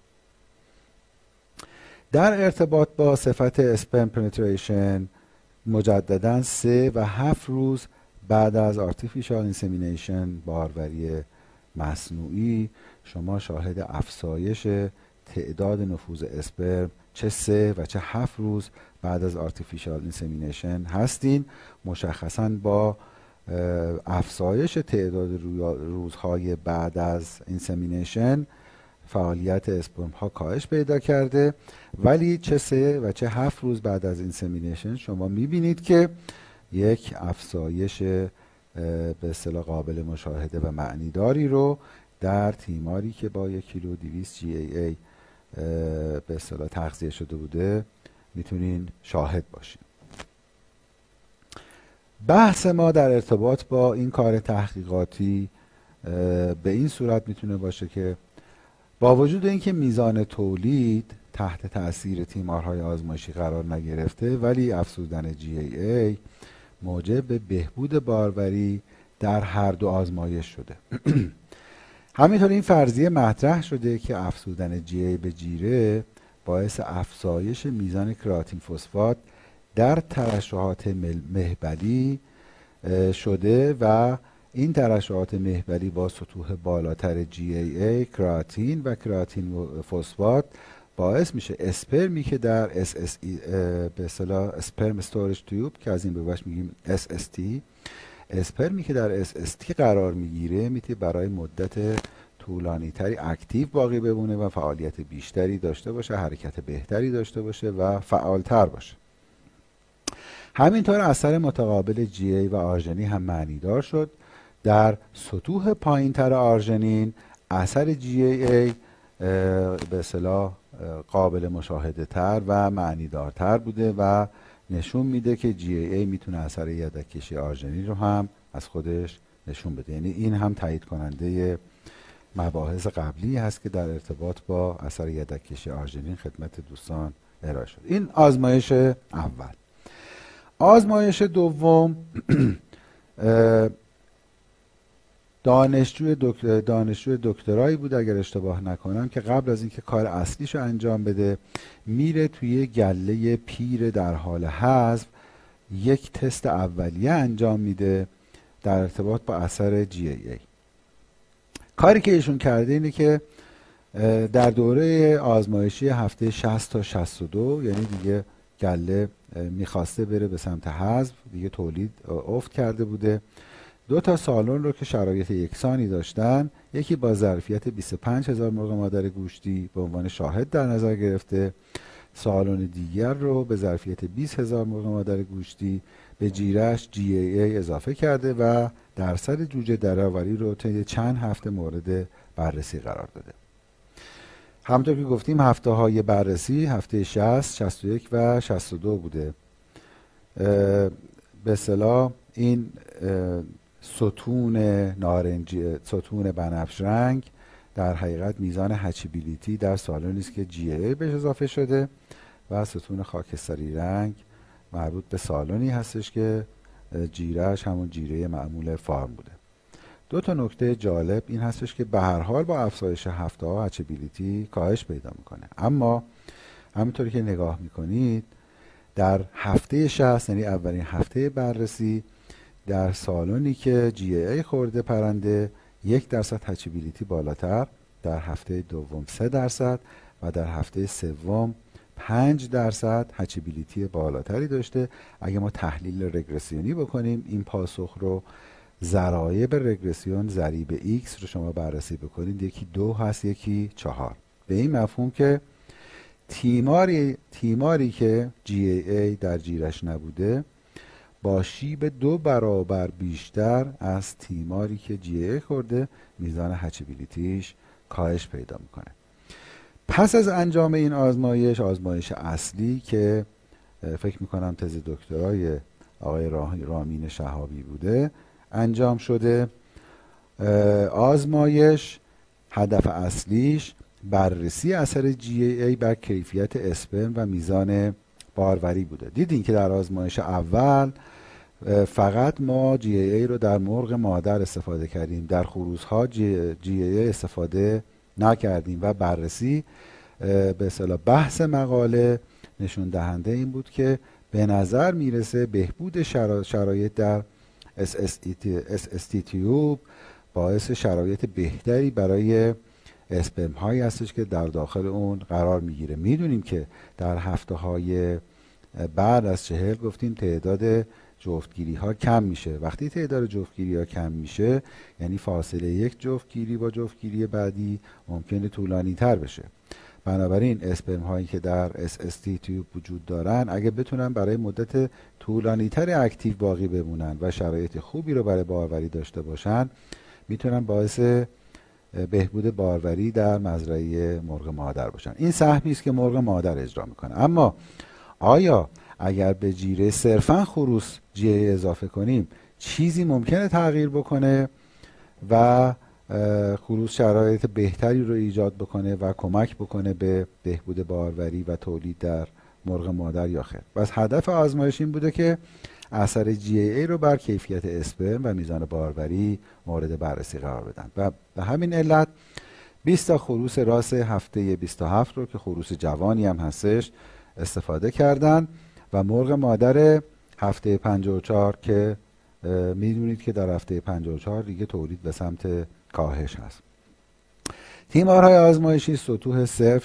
در ارتباط با صفت اسپرم پنتریشن، مجددا 3 و 7 روز بعد از آرتیفیشال اینسمینیشن، باروری مصنوعی، شما شاهد افزایش تعداد نفوذ اسپرم چه 3 و چه 7 روز بعد از آرتیفیشال اینسمینیشن هستین. مشخصاً با افزایش تعداد روزهای بعد از اینسمینیشن فعالیت اسپرم ها کاهش پیدا کرده، ولی چه 3 و چه 7 روز بعد از اینسمینیشن شما میبینید که یک افزایش به اصطلاح قابل مشاهده و معنیداری رو در تیماری که با 1 کیلو 200 GAA به اصطلاح تغذیه شده بوده میتونین شاهد باشین. بحث ما در ارتباط با این کار تحقیقاتی به این صورت میتونه باشه که با وجود اینکه میزان تولید تحت تأثیر تیمارهای آزمایشی قرار نگرفته، ولی افزودن GAA موجب به بهبود باروری در هر دو آزمایش شده. همینطور این فرضیه مطرح شده که افزودن GAA به جیره باعث افزایش میزان کراتین فسفات در ترشحات مهبلی شده و این ترشحات مهبلی با سطوح بالاتر GAA، کراتین و کراتین فسفات باعث میشه اسپرمی که در SSE به اصطلاح اسپرم استورج تیوب که از این به بعد میگیم SST، اسپرمی که در SST قرار میگیره میتونه برای مدت طولانی تری اکتیو باقی بمونه و فعالیت بیشتری داشته باشه، حرکت بهتری داشته باشه و فعالتر باشه. همینطور اثر متقابل GAA و آرژنین هم معنیدار شد. در سطوح پایینتر آرژنین اثر GAA به اصطلاح قابل مشاهده تر و معنیدارتر بوده و نشون میده که GAA میتونه اثر یدک‌کشی آرژنین رو هم از خودش نشون بده. یعنی این هم تایید کننده مباحث قبلی هست که در ارتباط با اثر یدک‌کشی آرژنین خدمت دوستان ارائه شد. این آزمایش اول. آزمایش دوم دانشجوی دکترایی بود اگر اشتباه نکنم که قبل از اینکه کار اصلیشو انجام بده میره توی گله پیر در حال حذف یک تست اولیه انجام میده در ارتباط با اثر GAA. کاری که ایشون کرده اینه که در دوره آزمایشی هفته 60 تا 62، یعنی دیگه گله میخواسته بره به سمت حذف، دیگه تولید افت کرده بوده، دو تا سالن رو که شرایط یکسانی داشتن، یکی با ظرفیت 25,000 مرغ مادر گوشتی به عنوان شاهد در نظر گرفته، سالن دیگر رو به ظرفیت 20,000 مرغ مادر گوشتی به جیره‌اش GAA اضافه کرده و درصد جوجه درآوری رو طی چند هفته مورد بررسی قرار داده. همونطور که گفتیم هفته های بررسی هفته 60، 61 و 62 بوده. به اصطلاح این ستون نارنجی، ستون بنفش رنگ در حقیقت میزان هچیبیلیتی در سالنی است که GAA بهش اضافه شده و ستون خاکستری رنگ مربوط به سالنی هستش که جیرهش همون جیره معمول فارم بوده. دو تا نکته جالب این هستش که به هر حال با افزایش هفته ها هچیبیلیتی کاهش پیدا میکنه، اما همینطوری که نگاه میکنید در هفته 60 یعنی اولین هفته بررسی در سالنی که GAA خورده پرنده 1% هچیبیلیتی بالاتر، در هفته دوم 3% و در هفته سوم 5% هچیبیلیتی بالاتری داشته. اگه ما تحلیل رگرسیونی بکنیم این پاسخ رو، ضرایب رگرسیون ضریب X رو شما بررسی بکنید، یکی 2 هست یکی 4، به این مفهوم که تیماری که GAA در جیرش نبوده با شیب 2 برابر بیشتر از تیماری که GAA خورده میزان هچیبیلیتیش کاهش پیدا میکنه. پس از انجام این آزمایش، آزمایش اصلی که فکر میکنم تز دکترای آقای رامین شهابی بوده انجام شده، آزمایش هدف اصلیش بررسی اثر GAA بر کیفیت اسپرم و میزان باروری بوده. دیدین که در آزمایش اول فقط ما GAA رو در مرغ مادر استفاده کردیم، در خروس‌ها GAA استفاده نکردیم و بررسی به اصطلاح بحث مقاله نشون دهنده این بود که به نظر میرسه بهبود شرایط در SST تیوب باعث شرایط بهتری برای اسپرم هایی هستش که در داخل اون قرار میگیره. میدونیم که در هفته های بعد از 40 گفتیم تعداد جفتگیری ها کم میشه. وقتی تعداد جفتگیری ها کم میشه یعنی فاصله یک جفتگیری با جفتگیری بعدی ممکنه طولانی تر بشه. بنابراین اسپرم هایی که در SST تیوب وجود دارن اگه بتونن برای مدت طولانی تر اکتیو باقی بمونن و شرایط خوبی رو برای باروری داشته باشن، میتونن باعث بهبود باروری در مزرعه مرغ مادر باشن. این سهمی است که مرغ مادر اجرا میکنه. اما آیا اگر به جیره صرفا خروس GAA اضافه کنیم چیزی ممکنه تغییر بکنه و خروس شرایط بهتری رو ایجاد بکنه و کمک بکنه به بهبود باروری و تولید در مرغ مادر یا خیر؟ پس هدف آزمایش این بوده که اثر GAA رو بر کیفیت اسپرم و میزان باروری مورد بررسی قرار بدن و به همین علت 20 تا خروس راس هفته 27 رو که خروس جوانی هم هستش استفاده کردن و مرغ مادر هفته 54 که میدونید که در هفته 54 دیگه تولید به سمت کاهش هست. تیمارهای آزمایشی سطوح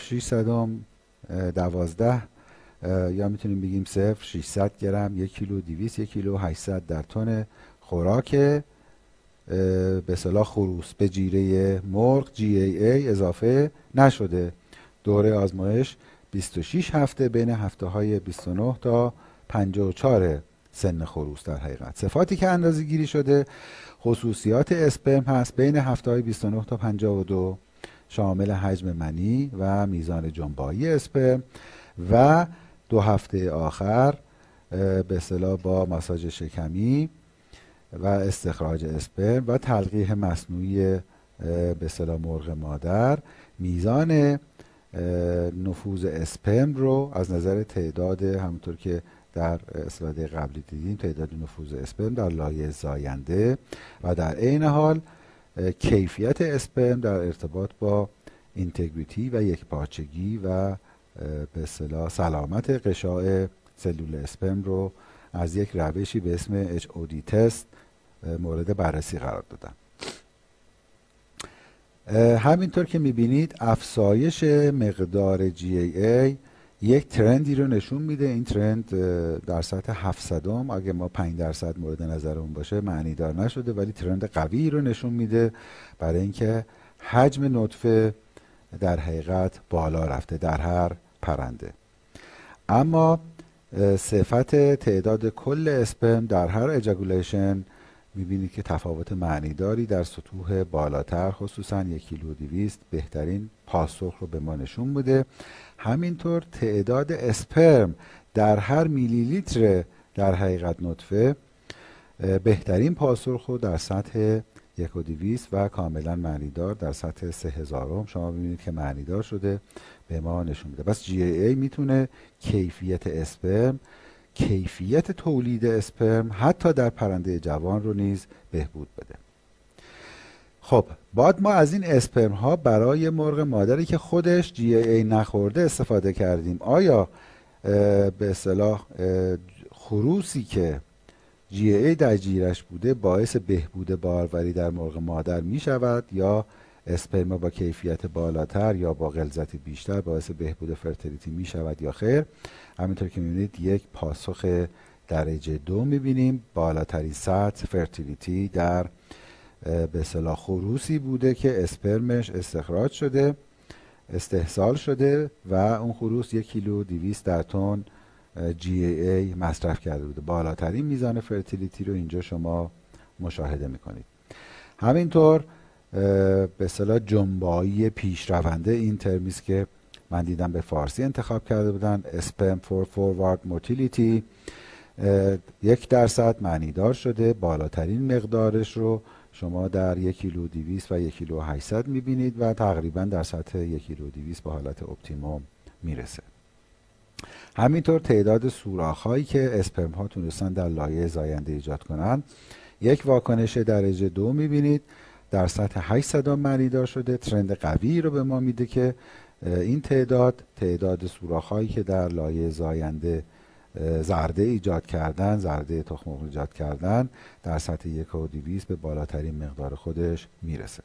0.612 یا میتونیم بگیم 0.600 گرم، 1 کیلو 200، 1 کیلو 800 در تن خوراک به اصطلاح خروس به جیره مرغ GAA اضافه نشده. دوره آزمایش 26 هفته بین هفته های 29 تا 54 سن خروس. در حقیقت صفاتی که اندازه گیری شده خصوصیات اسپرم هست بین هفته های 29 تا 52 شامل حجم منی و میزان جنبایی اسپرم و 2 هفته آخر به اصطلاح با ماساژ شکمی و استخراج اسپرم و تلقیح مصنوعی به اصطلاح مرغ مادر میزان نفوذ اسپرم رو از نظر تعداد، همونطور که در اسلاید قبلی دیدیم، تعداد نفوذ اسپرم در لایه زاینده و در عین حال کیفیت اسپرم در ارتباط با اینتگریتی و یکپارچگی و به اصطلاح سلامت غشاء سلول اسپرم رو از یک روشی به اسم HOD تست مورد بررسی قرار دادن. همینطور که میبینید افزایش مقدار GAA یک ترندی رو نشون میده. این ترند در سطح 700 اگه ما 5% مورد نظرمون باشه معنی دار نشده، ولی ترند قوی رو نشون میده برای اینکه حجم نطفه در حقیقت بالا رفته در هر پرنده. اما صفت تعداد کل اسپرم در هر اجاکولیشن میبینید که تفاوت معنیداری در سطوح بالاتر، خصوصا 1 کیلو و 200 بهترین پاسخ رو به ما نشون بوده. همینطور تعداد اسپرم در هر میلی لیتر در حقیقت نطفه بهترین پاسخ رو در سطح 1 و 200 و کاملا معنیدار در سطح 3000 شما ببینید که معنیدار شده به ما نشون میده. بس GAA میتونه کیفیت اسپرم، کیفیت تولید اسپرم حتی در پرنده جوان رو نیز بهبود بده. خب بعد ما از این اسپرم ها برای مرغ مادری که خودش GAA نخورده استفاده کردیم. آیا به اصطلاح خروسی که GAA در جیرش بوده باعث بهبود باروری در مرغ مادر می شود، یا اسپرم با کیفیت بالاتر یا با غلظت بیشتر باعث بهبود فرتیلیتی می شود یا خیر؟ همینطور که می‌بینید یک پاسخ درجه 2 می‌بینیم. بالاترین سطح فرتیلیتی در به اصطلاح خروسی بوده که اسپرمش استخراج شده، استحصال شده و اون خروس 1 کیلو 200 در تن GAA مصرف کرده بوده. بالاترین میزان فرتیلیتی رو اینجا شما مشاهده میکنید. همینطور به اصطلاح جنبایی پیشرونده، این ترمی است که من دیدم به فارسی انتخاب کرده بودن، اسپرم فور فوروارد موتیلیتی 1% معنیدار شده. بالاترین مقدارش رو شما در 1 کیلو 200 و 1 کیلو 800 میبینید و تقریبا در سطح 1 کیلو 200 به حالت اپتیموم میرسه. همینطور تعداد سوراخ‌هایی که اسپرم ها تونستن در لایه زاینده ایجاد کنن، یک واکنش درجه 2 میبینید در سطح 800 معنیدار شده. ترند قوی رو به ما میده که این تعداد سوراخ‌هایی که در لایه زاینده زرده ایجاد کردن، زرده تخم مرغ ایجاد کردن، در سطح 1 و 200 به بالاترین مقدار خودش میرسه.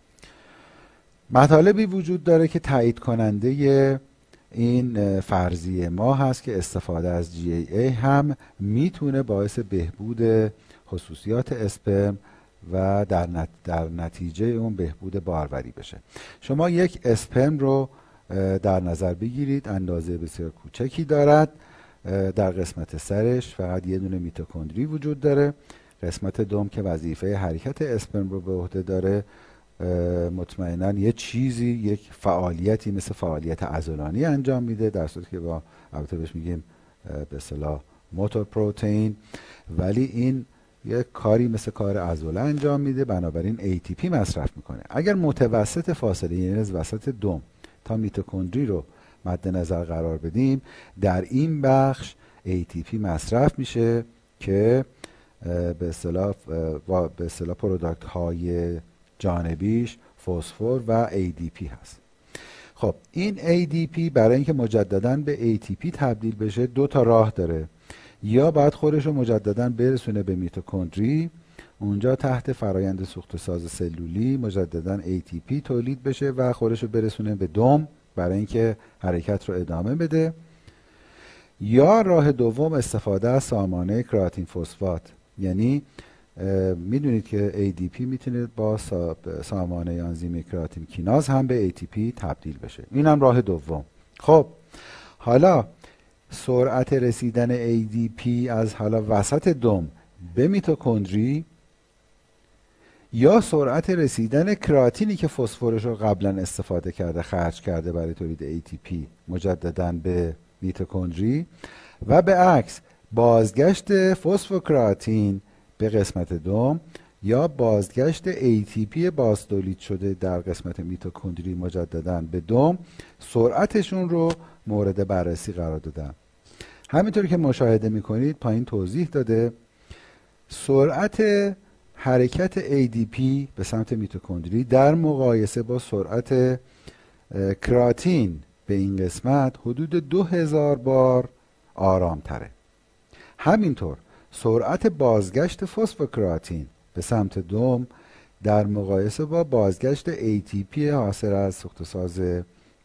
مطالبی وجود داره که تایید کننده این فرضیه ما هست که استفاده از GAA هم میتونه باعث بهبود خصوصیات اسپرم و در نتیجه اون بهبود باروری بشه. شما یک اسپرم رو در نظر بگیرید، اندازه بسیار کوچکی دارد. در قسمت سرش فقط یه دونه میتوکندری وجود داره. قسمت دوم که وظیفه حرکت اسپرم رو به عهده داره، مطمئنا یه چیزی، یک فعالیتی مثل فعالیت عضلانی انجام میده، در صورتی که با البته بهش میگیم به اصطلاح موتور پروتئین، ولی این یک کاری مثل کار عضله انجام میده، بنابراین ATP مصرف میکنه. اگر متوسط فاصله، یعنی از وسط دم تا میتوکندری رو مد نظر قرار بدیم، در این بخش ATP مصرف میشه که به اصطلاح پروداکت های جانبیش فسفر و ADP هست. خب این ADP برای اینکه مجددا به ATP تبدیل بشه 2 تا راه داره. یا باید خودش رو مجددا برسونه به میتوکندری، اونجا تحت فرایند سوخت ساز سلولی مجددا ATP تولید بشه و خودش رو برسونه به دم برای اینکه حرکت رو ادامه بده. یا راه دوم استفاده از سامانه کراتین فسفات، یعنی میدونید که ADP میتونه با سامانه آنزیم کراتین کیناز هم به ATP تبدیل بشه. این هم راه دوم. خب حالا سرعت رسیدن ADP از حالا وسط دم به میتوکندری، یا سرعت رسیدن کراتینی که فسفرش رو قبلا استفاده کرده، خرج کرده برای تولید ATP مجددا به میتوکندری، و به عکس بازگشت فسفوکراتین به قسمت دم یا بازگشت ATP بازتولید شده در قسمت میتوکندری مجددا به دم، سرعتشون رو مورد بررسی قرار دادم. همینطوری که مشاهده میکنید پایین توضیح داده سرعت حرکت ADP به سمت میتوکندری در مقایسه با سرعت کراتین به این قسمت حدود 2000 بار آرام تره. همینطور سرعت بازگشت فسفوکراتین به سمت دم در مقایسه با بازگشت ATP حاصل از سوخت‌وساز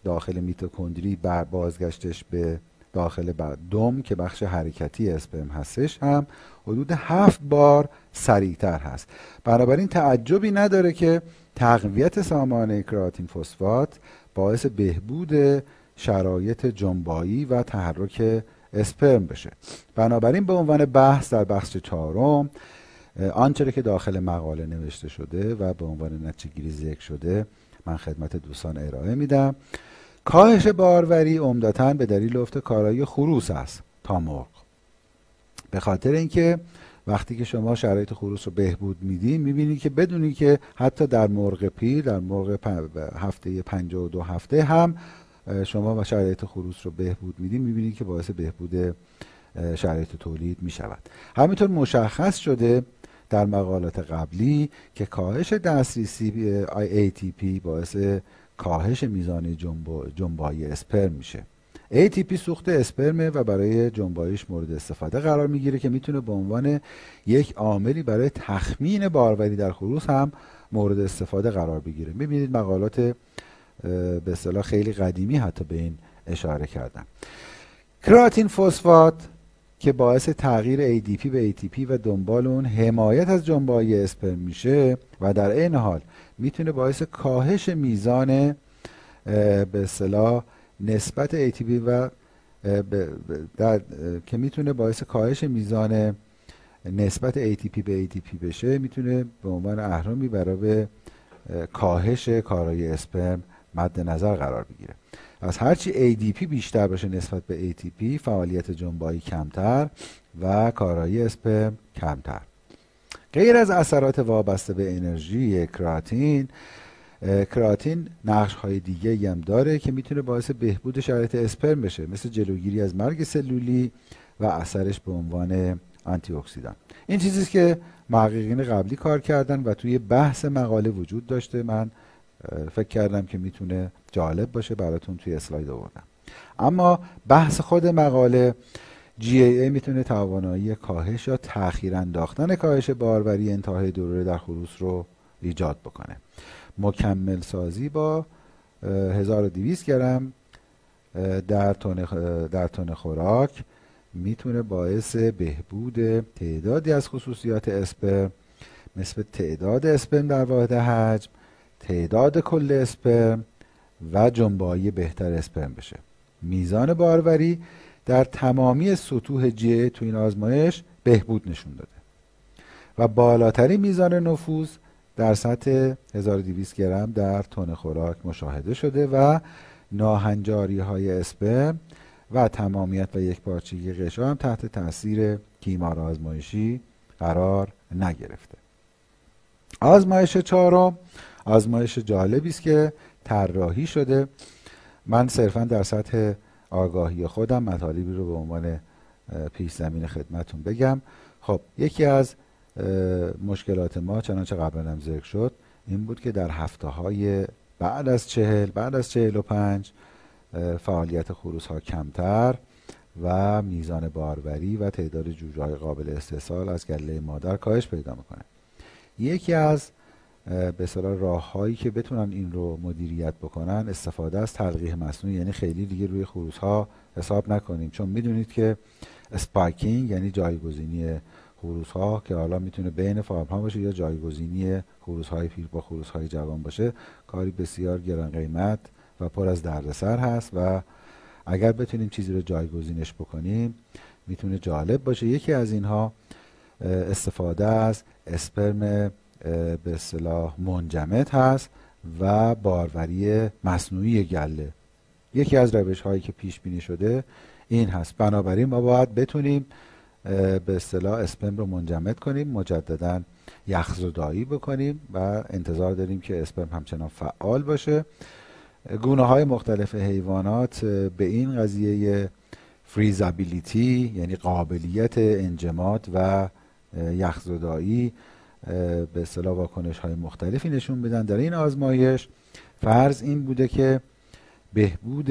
داخل میتوکندری بازگشتش به داخل دم که بخش حرکتی اسپرم هستش هم حدود 7 بار سریعتر هست. بنابراین تعجبی نداره که تقویت سامانه کراتین فسفات باعث بهبود شرایط جنبایی و تحرک اسپرم بشه. بنابراین به عنوان بحث در بخش 4 آنچه که داخل مقاله نوشته شده و به عنوان نتیجه‌گیری ذکر شده من خدمت دوستان ارائه میدم. کاهش باروری عمدتاً به دلیل افت کارایی خروس است تا مرغ. به خاطر اینکه وقتی که شما شرایط خروس رو بهبود میدی میبینی که بدونی که حتی در مرغ پیر، در مرغ هفته 52 هفته هم شما و شرایط خروس رو بهبود میدی میبینی که باعث بهبود شرایط تولید میشود. همینطور مشخص شده در مقالات قبلی که کاهش دسترسی ATP باعث کاهش میزان جنبایی اسپرم میشه. ATP سوخت اسپرمه و برای جنباییش مورد استفاده قرار میگیره که میتونه به عنوان یک عاملی برای تخمین باروری در خروس هم مورد استفاده قرار بگیره. میبینید مقالات به اصطلاح خیلی قدیمی حتی به این اشاره کردن. کراتین فسفات که باعث تغییر ADP به ATP و دنبال اون حمایت از جنبایی اسپرم میشه و در عین حال میتونه باعث کاهش میزان به اصطلاح نسبت ATP و که میتونه باعث کاهش میزان نسبت ATP به ATP بشه، میتونه به عنوان اهرامی برای کاهش کارایی اسپرم مد نظر قرار بگیره. از هرچی ADP بیشتر باشه نسبت به ATP فعالیت جنبایی کمتر و کارایی اسپرم کمتر. غیر از اثرات وابسته به انرژی کراتین نقش های دیگه هم داره که میتونه باعث بهبود شرایط اسپرم بشه، مثل جلوگیری از مرگ سلولی و اثرش به عنوان آنتی اکسیدان. این چیزیست که محققین قبلی کار کردن و توی بحث مقاله وجود داشته. من فکر کردم که میتونه جالب باشه براتون توی اسلاید آوردم. اما بحث خود مقاله GAA میتونه توانایی کاهش یا تأخیر انداختن کاهش باروری انتهای دوره در خروس رو ایجاد بکنه. مکمل سازی با 1200 گرم در تن خوراک میتونه باعث بهبود تعدادی از خصوصیات اسپرم مثل تعداد اسپرم در واحد حجم، تعداد کل اسپرم و جنبایی بهتر اسپرم بشه. میزان باروری در تمامی سطوح جی تو این آزمایش بهبود نشون داده و بالاترین میزان نفوذ در سطح 1200 گرم در تن خوراک مشاهده شده و ناهنجاری های اسپرم و تمامیت و یکپارچگی غشا هم تحت تاثیر تیمار آزمایشی قرار نگرفته. آزمایش 4 آزمایش جالبی است که طراحی شده. من صرفا در سطح آگاهی خودم مطالبی رو به عنوان پیش زمین خدمتون بگم. خب یکی از مشکلات ما چنانچه قبلا هم ذکر شد این بود که در هفته های بعد از 45 فعالیت خروس ها کمتر و میزان باروری و تعداد جوجه های قابل استحصال از گله مادر کاهش پیدا میکنه. یکی از به اصطلاح راه‌هایی که بتونن این رو مدیریت بکنن استفاده از تلقیح مصنوعی، یعنی خیلی دیگه روی خروس ها حساب نکنیم، چون میدونید که اسپایکینگ یعنی جایگزینی خروس ها که حالا میتونه بین فارم ها باشه یا جایگزینی خروس های پیر با خروس های جوان باشه، کاری بسیار گران قیمت و پر از دردسر هست و اگر بتونیم چیزی رو جایگزینش بکنیم میتونه جالب باشه. یکی از اینها استفاده از اسپرم به اصطلاح منجمد هست و باروری مصنوعی گله. یکی از روش هایی که پیش بینی شده این هست. بنابراین ما باید بتونیم به اصطلاح اسپرم رو منجمد کنیم، مجددا یخزدایی بکنیم و انتظار داریم که اسپرم همچنان فعال باشه. گونه های مختلف حیوانات به این قضیه فریزابیلیتی یعنی قابلیت انجماد و یخزدایی به اصطلاح واکنش های مختلفی نشون بدن. در این آزمایش فرض این بوده که بهبود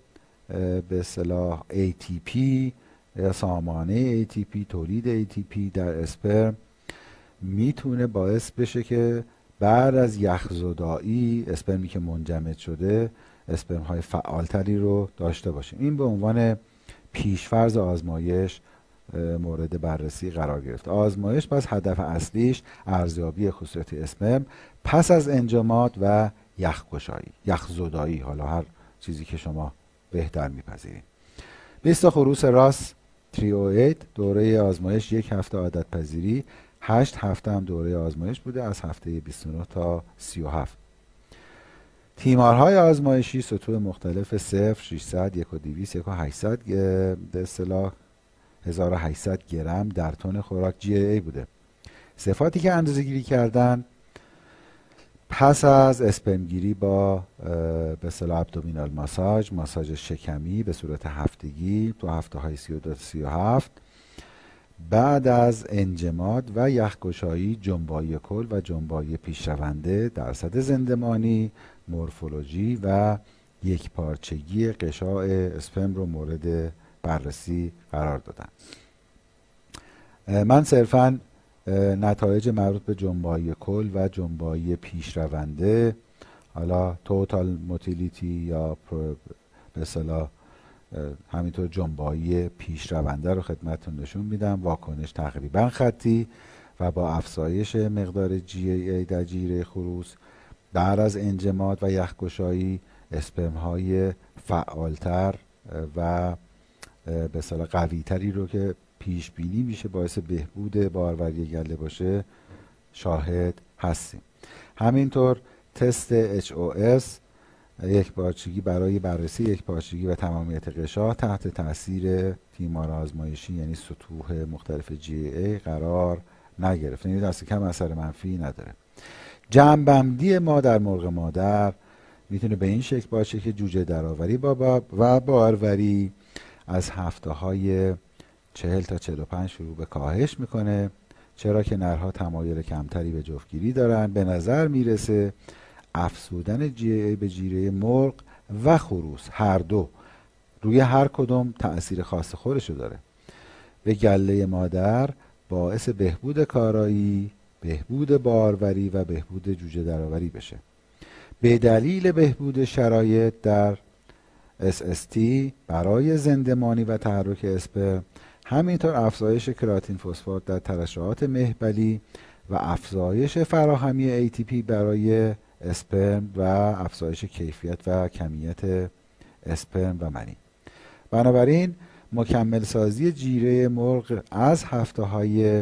به اصطلاح ATP یا سامانه ATP، تولید ATP در اسپرم میتونه باعث بشه که بعد از یخزدایی اسپرمی که منجمد شده اسپرم های فعالتری رو داشته باشیم. این به عنوان پیشفرض آزمایش مورد بررسی قرار گرفت. آزمایش پس هدف اصلیش ارزیابی خصوصیات اسپرم پس از انجامات و یخگشایی، یخزدایی، حالا هر چیزی که شما بهتر میپذیرید. 20 خروس راس 308 دوره آزمایش 1 هفته عادت پذیری، 8 هفته هم دوره آزمایش بوده از هفته 29 تا 37. تیمارهای آزمایشی سطوح مختلف 0 600 1 و 200 1 و 800 به اصطلاح 1800 گرم در تن خوراک GAA بوده. صفاتی که اندازه گیری کردن پس از اسپرم گیری با به اصطلاح ابدومینال ماساژ شکمی به صورت هفتگی تو هفته های 32 تا 37، بعد از انجماد و یخگشایی جنبایی کل و جنبایی پیشرونده، درصد زندمانی، مورفولوژی و یک پارچگی قشاع اسپرم رو مورد بررسی قرار دادن. من صرفاً نتایج مربوط به جنبایی کل و جنبایی پیشرونده، حالا توتال موتیلیتی یا به اصطلاح همینطور جنبایی پیشرونده رو خدمتتون نشون میدم. واکنش تقریبا خطی و با افزایش مقدار GAA در جیره خروس بعد از انجماد و یخگشایی اسپرم های فعالتر و به اصطلاح قویتری رو که پیش بینی میشه باعث بهبود باروری گله باشه شاهد هستیم. همینطور تست HOS یک پارچگی برای بررسی یک پارچگی و تمامیت قشا تحت تاثیر تیمار آزمایشی یعنی سطوح مختلف GAA قرار نگرفت، یعنی دست کم اثر منفی نداره. جمع‌بندی ما در مرغ مادر میتونه به این شکل باشه که جوجه درآوری و باروری از هفته های 40 تا 45 شروع به کاهش میکنه، چرا که نرها تمایل کمتری به جفتگیری دارن. به نظر میرسه افزودن GAA به جیره مرغ و خروس هر دو روی هر کدوم تأثیر خاص خودشو داره. به گله مادر باعث بهبود کارایی، بهبود باروری و بهبود جوجه درآوری بشه. به دلیل بهبود شرایط در SST برای زندمانی و تحرک اسپرم، همینطور افزایش کراتین فسفات در ترشحات مهبلی و افزایش فراهمی ATP برای اسپرم و افزایش کیفیت و کمیت اسپرم و منی. بنابراین مکمل سازی جیره مرغ از هفته های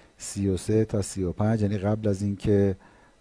33 تا 35 یعنی قبل از اینکه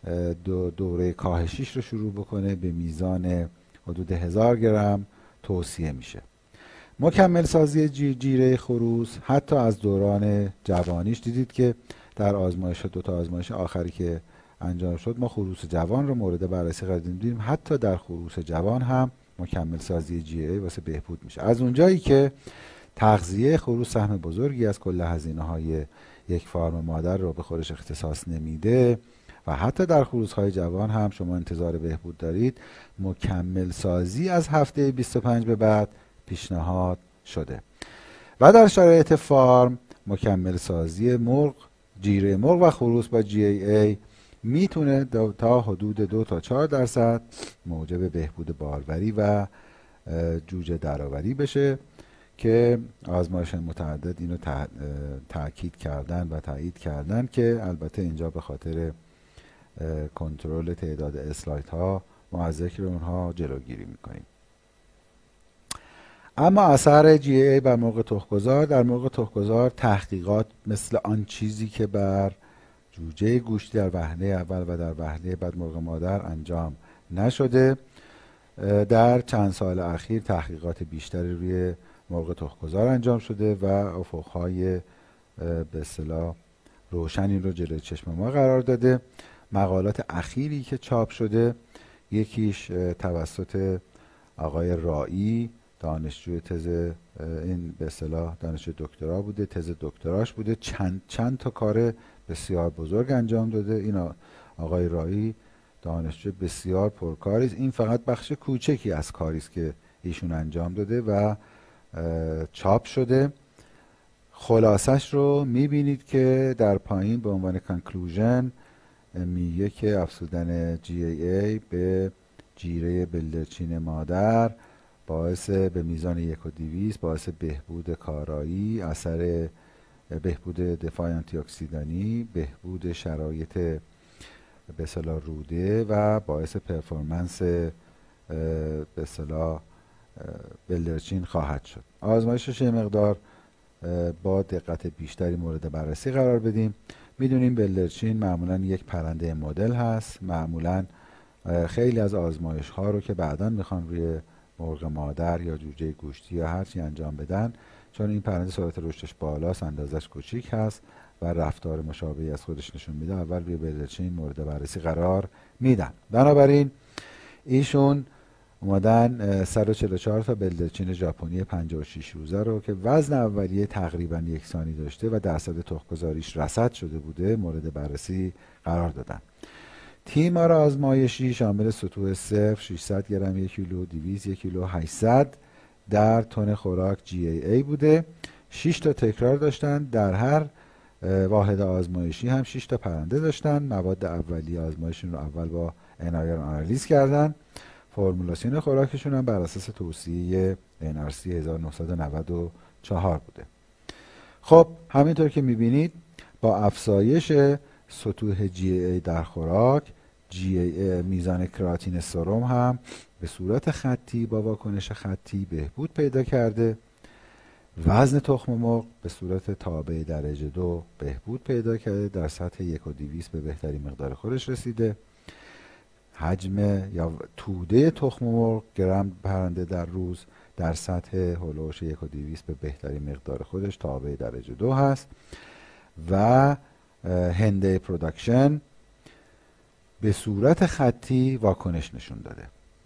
دوره کاهشیش رو شروع بکنه به میزان حدود 1000 گرم توصیه میشه. مکمل سازی جیره خروس حتی از دوران جوانیش، دیدید که در آزمایش دو تا آزمایش آخری که انجام شد ما خروس جوان رو مورد بررسی قرار دیدیم، حتی در خروس جوان هم مکمل سازی GAA واسه بهبود میشه. از اونجایی که تغذیه خروس سهم بزرگی از کل هزینه های یک فارم مادر رو به خودش اختصاص نمیده و حتی در خروس های جوان هم شما انتظار بهبود دارید، مکمل سازی از هفته 25 به بعد پیشنهاد شده. و در شرایط فارم مکمل سازی مرغ، جیره مرغ و خروس با GAA میتونه تا حدود 2 تا 4% موجب بهبود باروری و جوجه درآوری بشه که آزمایش متعدد اینو تأکید کردن و تایید کردن که البته اینجا به خاطر کنترل تعداد اسلایت ها ما از ذکر اونها جلوگیری میکنیم. اما اثر GAA بر مرغ تخم‌گذار، در مرغ تخم‌گذار تحقیقات مثل آن چیزی که بر جوجه گوشتی در وهله اول و در وهله بعد مرغ مادر انجام نشده. در چند سال اخیر تحقیقات بیشتری روی مرغ تخم‌گذار انجام شده و افق‌های به اصطلاح روشنی رو جلوی چشم ما قرار داده. مقالات اخیری که چاپ شده، یکیش توسط آقای رایی، دانشجوی تز این به اصطلاح دانشجوی دکترا بوده، تز دکتراش بوده، چند تا کار بسیار بزرگ انجام داده. این آقای رایی دانشجوی بسیار پرکاری است. این فقط بخش کوچکی از کاری است که ایشون انجام داده و چاپ شده. خلاصش رو میبینید که در پایین به عنوان کانکلوژن میگه که افزودن GAA به جیره بلدرچین مادر باعث به میزان 1,200 باعث بهبود کارایی، اثر بهبود دفاع آنتی اکسیدانی، بهبود شرایط به اصطلاح روده و باعث پرفورمنس به اصطلاح بلدرچین خواهد شد. آزمایشش یه مقدار با دقت بیشتری مورد بررسی قرار بدیم. میدونیم بلدرچین معمولا یک پرنده مدل هست. معمولا خیلی از آزمایش ها رو که بعدا میخوان روی مرغ مادر یا جوجه گوشتی یا هرچی انجام بدن، چون این پرنده سرعت رشدش بالاست، اندازش کوچیک هست و رفتار مشابهی از خودش نشون میده، اول روی بلدرچین مورد بررسی قرار میدن. بنابراین ایشون اومدن 144 تا بلدرچین ژاپنی 56 روزه رو که وزن اولیه تقریبا یکسانی داشته و درصد تخم‌گذاریش رصد شده بوده مورد بررسی قرار دادن. تیمار آزمایشی شامل سطوح 0، 600 گرم 1 کیلو، 200 1 کیلو، 800 در تن خوراک GAA بوده. 6 تا تکرار داشتن. در هر واحد آزمایشی هم 6 تا پرنده داشتن. مواد اولیه آزمایششون رو اول با NIR آنالیز کردن. فرمولاسیون خوراکشون هم بر اساس توصیه NRC 1994 بوده. خب همینطور که میبینید با افزایش سطوح GAA در خوراک، میزان کراتین سرم هم به صورت خطی با واکنش خطی بهبود پیدا کرده. وزن تخم مرغ به صورت تابع درجه 2 بهبود پیدا کرده، در سطح 1,200 به بهترین مقدار خودش رسیده. حجم یا توده تخم مرغ گرم پرنده در روز در سطح هولوش 1,200 به بهترین مقدار خودش تابع درجه 2 هست و هنده پروداکشن به صورت خطی واکنش نشون داده.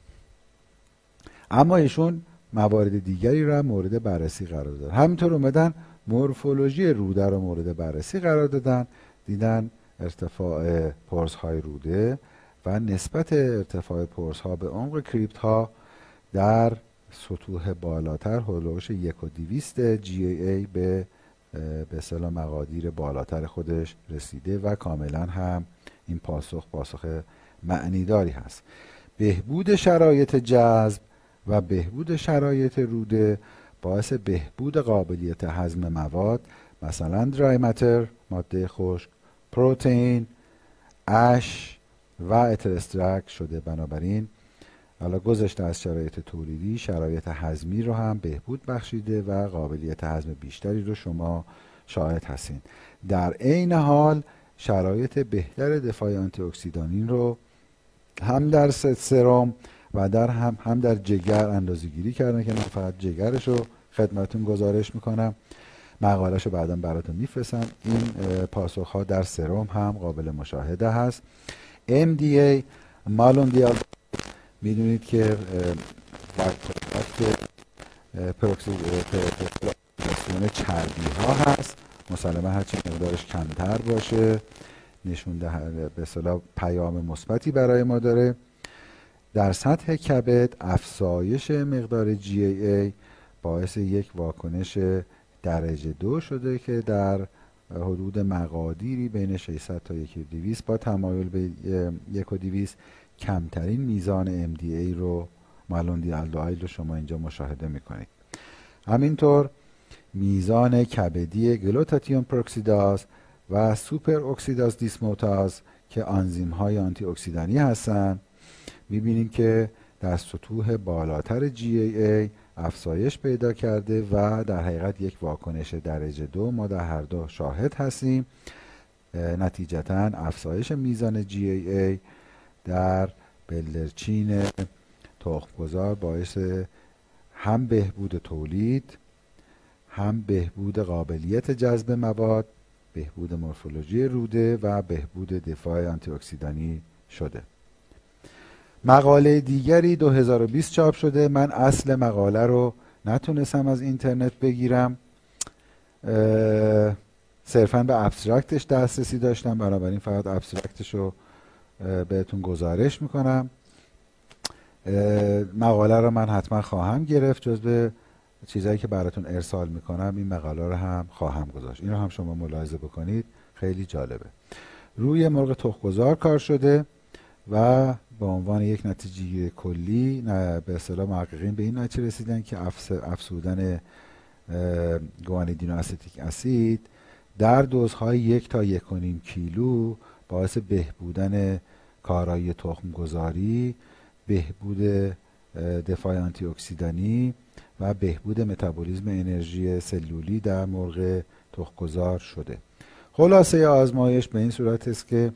اما ایشون موارد دیگری را مورد بررسی قرار دادن. همینطور اومدن مورفولوژی روده رو مورد بررسی قرار دادن. دیدن ارتفاع پرس های روده و نسبت ارتفاع پرس ها به عمق کریپت ها در سطوح بالاتر هولوش 1,200 GAA به اصطلاح مقادیر بالاتر خودش رسیده و کاملا هم این پاسخ معنیداری هست. بهبود شرایط جذب و بهبود شرایط روده باعث بهبود قابلیت هضم مواد، مثلا درای ماتر، ماده خشک، پروتئین، اش و اتراسترک شده. بنابراین حالا گذشته از شرایط تولیدی، شرایط هضمی رو هم بهبود بخشیده و قابلیت هضم بیشتری رو شما شاهد هستین. در عین حال شرایط بهتر دفاع آنتی اکسیدانی رو هم در سرم و در هم در جگر اندازه‌گیری کردن که من فقط جگرش رو خدمتتون گزارش میکنم، مقاله‌شو رو بعداً براتون میفرستم. این پاسخ ها در سرم هم قابل مشاهده هست. MDA مالوندیال میدونید که پروکسیداسیون چربی ها هست، مسلما هرچی مقدارش کمتر باشه نشون به اصطلاح پیام مثبتی برای ما داره. در سطح کبد افزایش مقدار GAA باعث یک واکنش درجه 2 شده که در حدود مقادیری بین 600 تا 1,200 با تمایل به 1,200 کمترین میزان MDA رو مالوندیالدهاید رو شما اینجا مشاهده میکنید. همینطور میزان کبدی گلوتاتیون پروکسیداز و سوپر اکسیداز دیسموتاز که آنزیم های آنتی اکسیدانی هستن میبینیم که در سطوح بالاتر GAA افزایش پیدا کرده و در حقیقت یک واکنش درجه 2 ما در هر دو شاهد هستیم. نتیجتاً افزایش میزان GAA در بلدرچین تخم‌گذار باعث هم بهبود تولید، هم بهبود قابلیت جذب مواد، بهبود مورفولوژی روده و بهبود دفاع آنتی اکسیدانی شده. مقاله دیگری 2020 چاپ شده. من اصل مقاله رو نتونستم از اینترنت بگیرم، صرفاً به ابسترکتش دسترسی داشتم، بنابراین فقط ابسترکتش رو بهتون گزارش میکنم. مقاله رو من حتما خواهم گرفت، جزو چیزایی که براتون ارسال میکنم این مقاله رو هم خواهم گذاشت. این رو هم شما ملاحظه بکنید، خیلی جالبه. روی مرغ تخم‌گذار کار شده و به عنوان یک نتیجه کلی به اصطلاح محققین به این نتیجه رسیدن که افزودن گوانیدین و استیک اسید در دوزهای 1 تا 1.5 کیلو باعث بهبودن کارایی تخم گذاری، بهبود دفاع آنتی اکسیدانی و بهبود متابولیسم انرژی سلولی در مرغ تخم‌گذار شده. خلاصه آزمایش به این صورت است که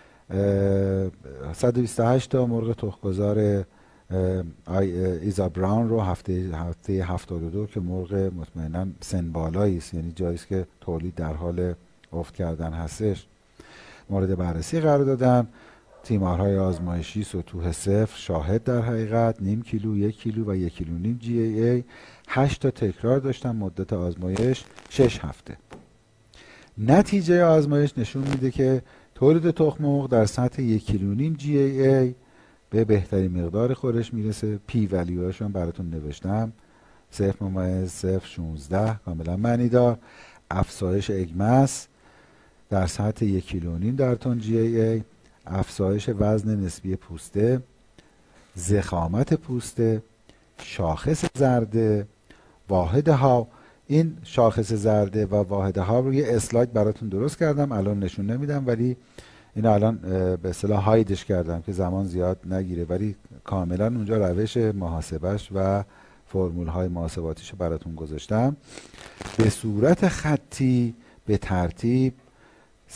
128 تا مرغ تخم‌گذار ایزا براون رو هفته 72 که مرغ مطمئنا سن بالایی است، یعنی جایی است که تولید در حال افت کردن هستش، مورد بررسی قرار دادن. تیمارهای آزمایشی سطوح 0 شاهد در حقیقت، نیم کیلو، 1 کیلو و 1.5 کیلو GAA 8 تا تکرار داشتن، مدت آزمایش 6 هفته. نتیجه آزمایش نشون میده که تولید تخم مرغ در سطح 1.5 کیلو GAA به بهترین مقدار خودش میرسه. پی ولیوهاشو براتون نوشتم، 0.016 کاملا معنی دار. افزایش اگمس در سطح 1.5 کیلو در تن GAA، افزایش وزن نسبی پوسته، ضخامت پوسته، شاخص زرده، واحد ها. این شاخص زرده و واحد ها رو یه اسلاید براتون درست کردم، الان نشون نمیدم، ولی این الان به اصطلاح هایدش کردم که زمان زیاد نگیره، ولی کاملا اونجا روش محاسبش و فرمول های محاسباتیشو براتون گذاشتم به صورت خطی به ترتیب 0.036،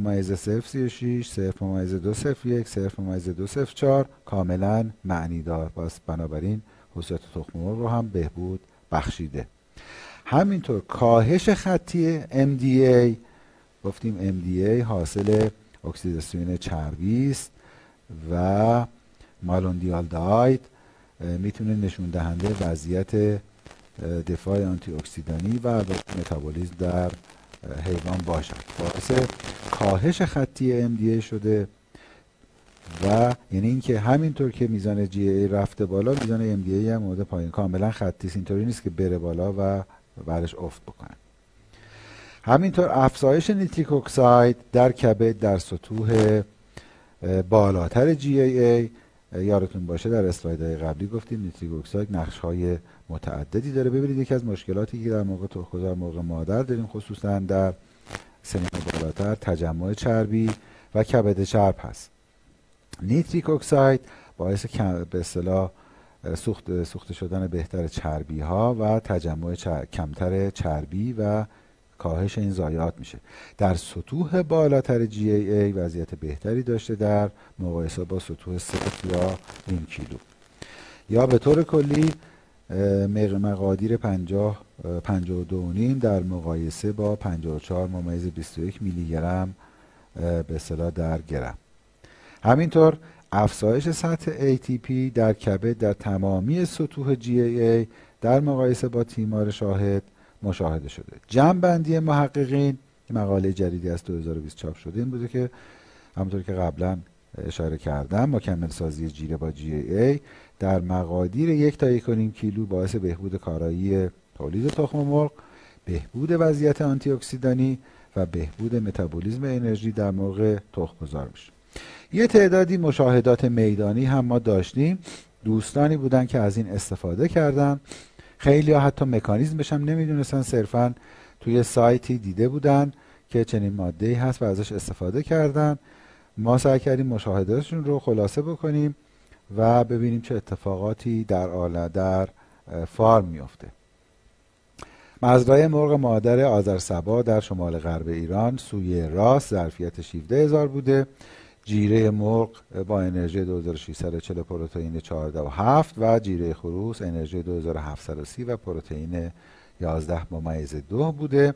0.201، 0.204 کاملا معنی دار. پس بنابراین خصوصیت تخم مرغ رو هم بهبود بخشیده. همینطور کاهش خطی MDA، گفتیم MDA حاصل اکسیداسیون چربی است و مالوندیالدهاید میتونه نشون دهنده وضعیت دفاع آنتی اکسیدانی و متابولیسم در حیوان باشد. باعث کاهش خطی MDA شده و یعنی اینکه همینطور که میزان GAA رفته بالا، میزان MDA هم اومده پایین. کاملا خطی است، اینطوری نیست که بره بالا و بعدش افت بکنه. همینطور افزایش نیتریک اکساید در کبد در سطوح بالاتر GAA. یادتون باشه در اسلایدهای قبلی گفتیم نیتریک اکساید نقش‌های متعددی داره. ببینید یکی از مشکلاتی که در موقع تخم‌گذار مرغ مادر داریم خصوصا در سنین بالاتر تجمع چربی و کبد چرب هست. نیتریک اکساید باعث به اصطلاح سوخته شدن بهتر چربی ها و تجمع کمتر چربی و کاهش این ضایعات میشه. در سطوح بالاتر GAA وضعیت بهتری داشته در مقایسه با سطوح 0 یا نیم کیلو. یا به طور کلی مقادیر 52.5 در مقایسه با 54.21 میلی گرم به اصطلاح در گرم. همینطور افزایش سطح ATP در کبد در تمامی سطوح GAA در مقایسه با تیمار شاهد مشاهده شده. جمع‌بندی محققین، مقاله جدیدی از 2020 چاپ شده، این بوده که همونطور که قبلا اشاره کردم مکمل سازی جیره با GAA در مقادیر 1 تا 1.5 کیلو باعث بهبود کارایی تولید تخم مرغ، بهبود وضعیت آنتی اکسیدانی و بهبود متابولیسم انرژی در مرغ تخم‌گذار میشه. یه تعدادی مشاهدات میدانی هم ما داشتیم، دوستانی بودن که از این استفاده کردن، خیلی ها حتی مکانیزمش هم نمیدونستن، صرفا توی سایتی دیده بودن که چنین ماده‌ای هست و ازش استفاده کردن. ما سعی کردیم مشاهداتشون رو خلاصه بکنیم و ببینیم چه اتفاقاتی در فارم میفته. مزرعه مرغ مادر آذرسبا در شمال غرب ایران، سوی راست، ظرفیت 17000 بوده. جیره مرغ با انرژی 2640 پروتئین 14.7 و جیره خروس انرژی 2730 و پروتئین 11.2 بوده.